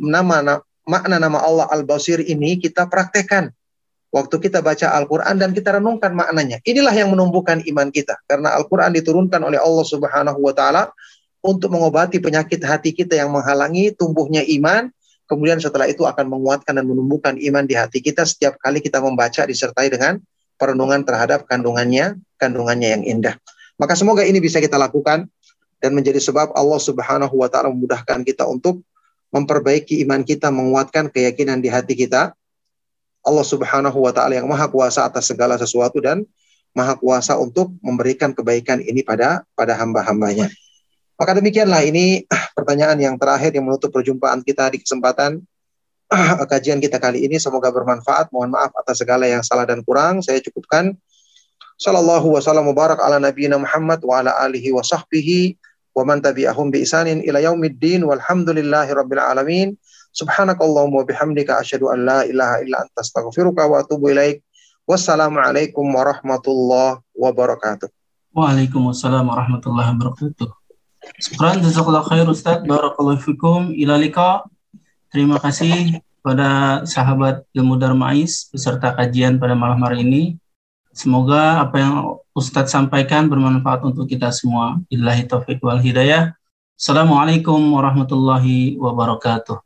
makna nama Allah Al-Basir ini kita praktekkan waktu kita baca Al-Quran dan kita renungkan maknanya. Inilah yang menumbuhkan iman kita, karena Al-Quran diturunkan oleh Allah Subhanahu wa taala untuk mengobati penyakit hati kita yang menghalangi tumbuhnya iman. Kemudian setelah itu akan menguatkan dan menumbuhkan iman di hati kita setiap kali kita membaca disertai dengan perenungan terhadap kandungannya yang indah. Maka semoga ini bisa kita lakukan dan menjadi sebab Allah Subhanahu wa taala memudahkan kita untuk memperbaiki iman kita, menguatkan keyakinan di hati kita. Allah Subhanahu wa taala yang Maha Kuasa atas segala sesuatu dan Maha Kuasa untuk memberikan kebaikan ini pada hamba-hambanya. Maka demikianlah, ini pertanyaan yang terakhir yang menutup perjumpaan kita di kesempatan kajian kita kali ini. Semoga bermanfaat. Mohon maaf atas segala yang salah dan kurang. Saya cukupkan. Sallallahu wasallam mubarak ala nabiyina Muhammad wa ala alihi wa sahbihi wa man tabi'ahum bi ihsanin ila yaumiddin walhamdulillahi rabbil alamin. Subhanakallahumma wa bihamdika asyhadu an la ilaha illa anta astaghfiruka wa atubu ilaik. Wassalamualaikum warahmatullahi wabarakatuh. Waalaikumsalam warahmatullahi wabarakatuh. Syukran, jazakallahu khair Ustaz, barakallahu fikum, ila liqa. Terima kasih pada sahabat Ilmu Darmais beserta kajian pada malam hari ini. Semoga apa yang Ustadz sampaikan bermanfaat untuk kita semua. Billahi taufiq wal hidayah. Assalamualaikum warahmatullahi wabarakatuh.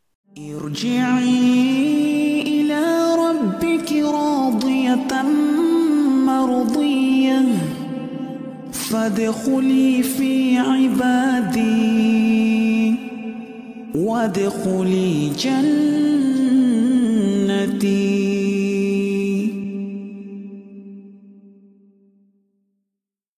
Irji'i ila rabbiki radiyatan mardiyah fadkhuli fi ibadi wadkhuli jannah.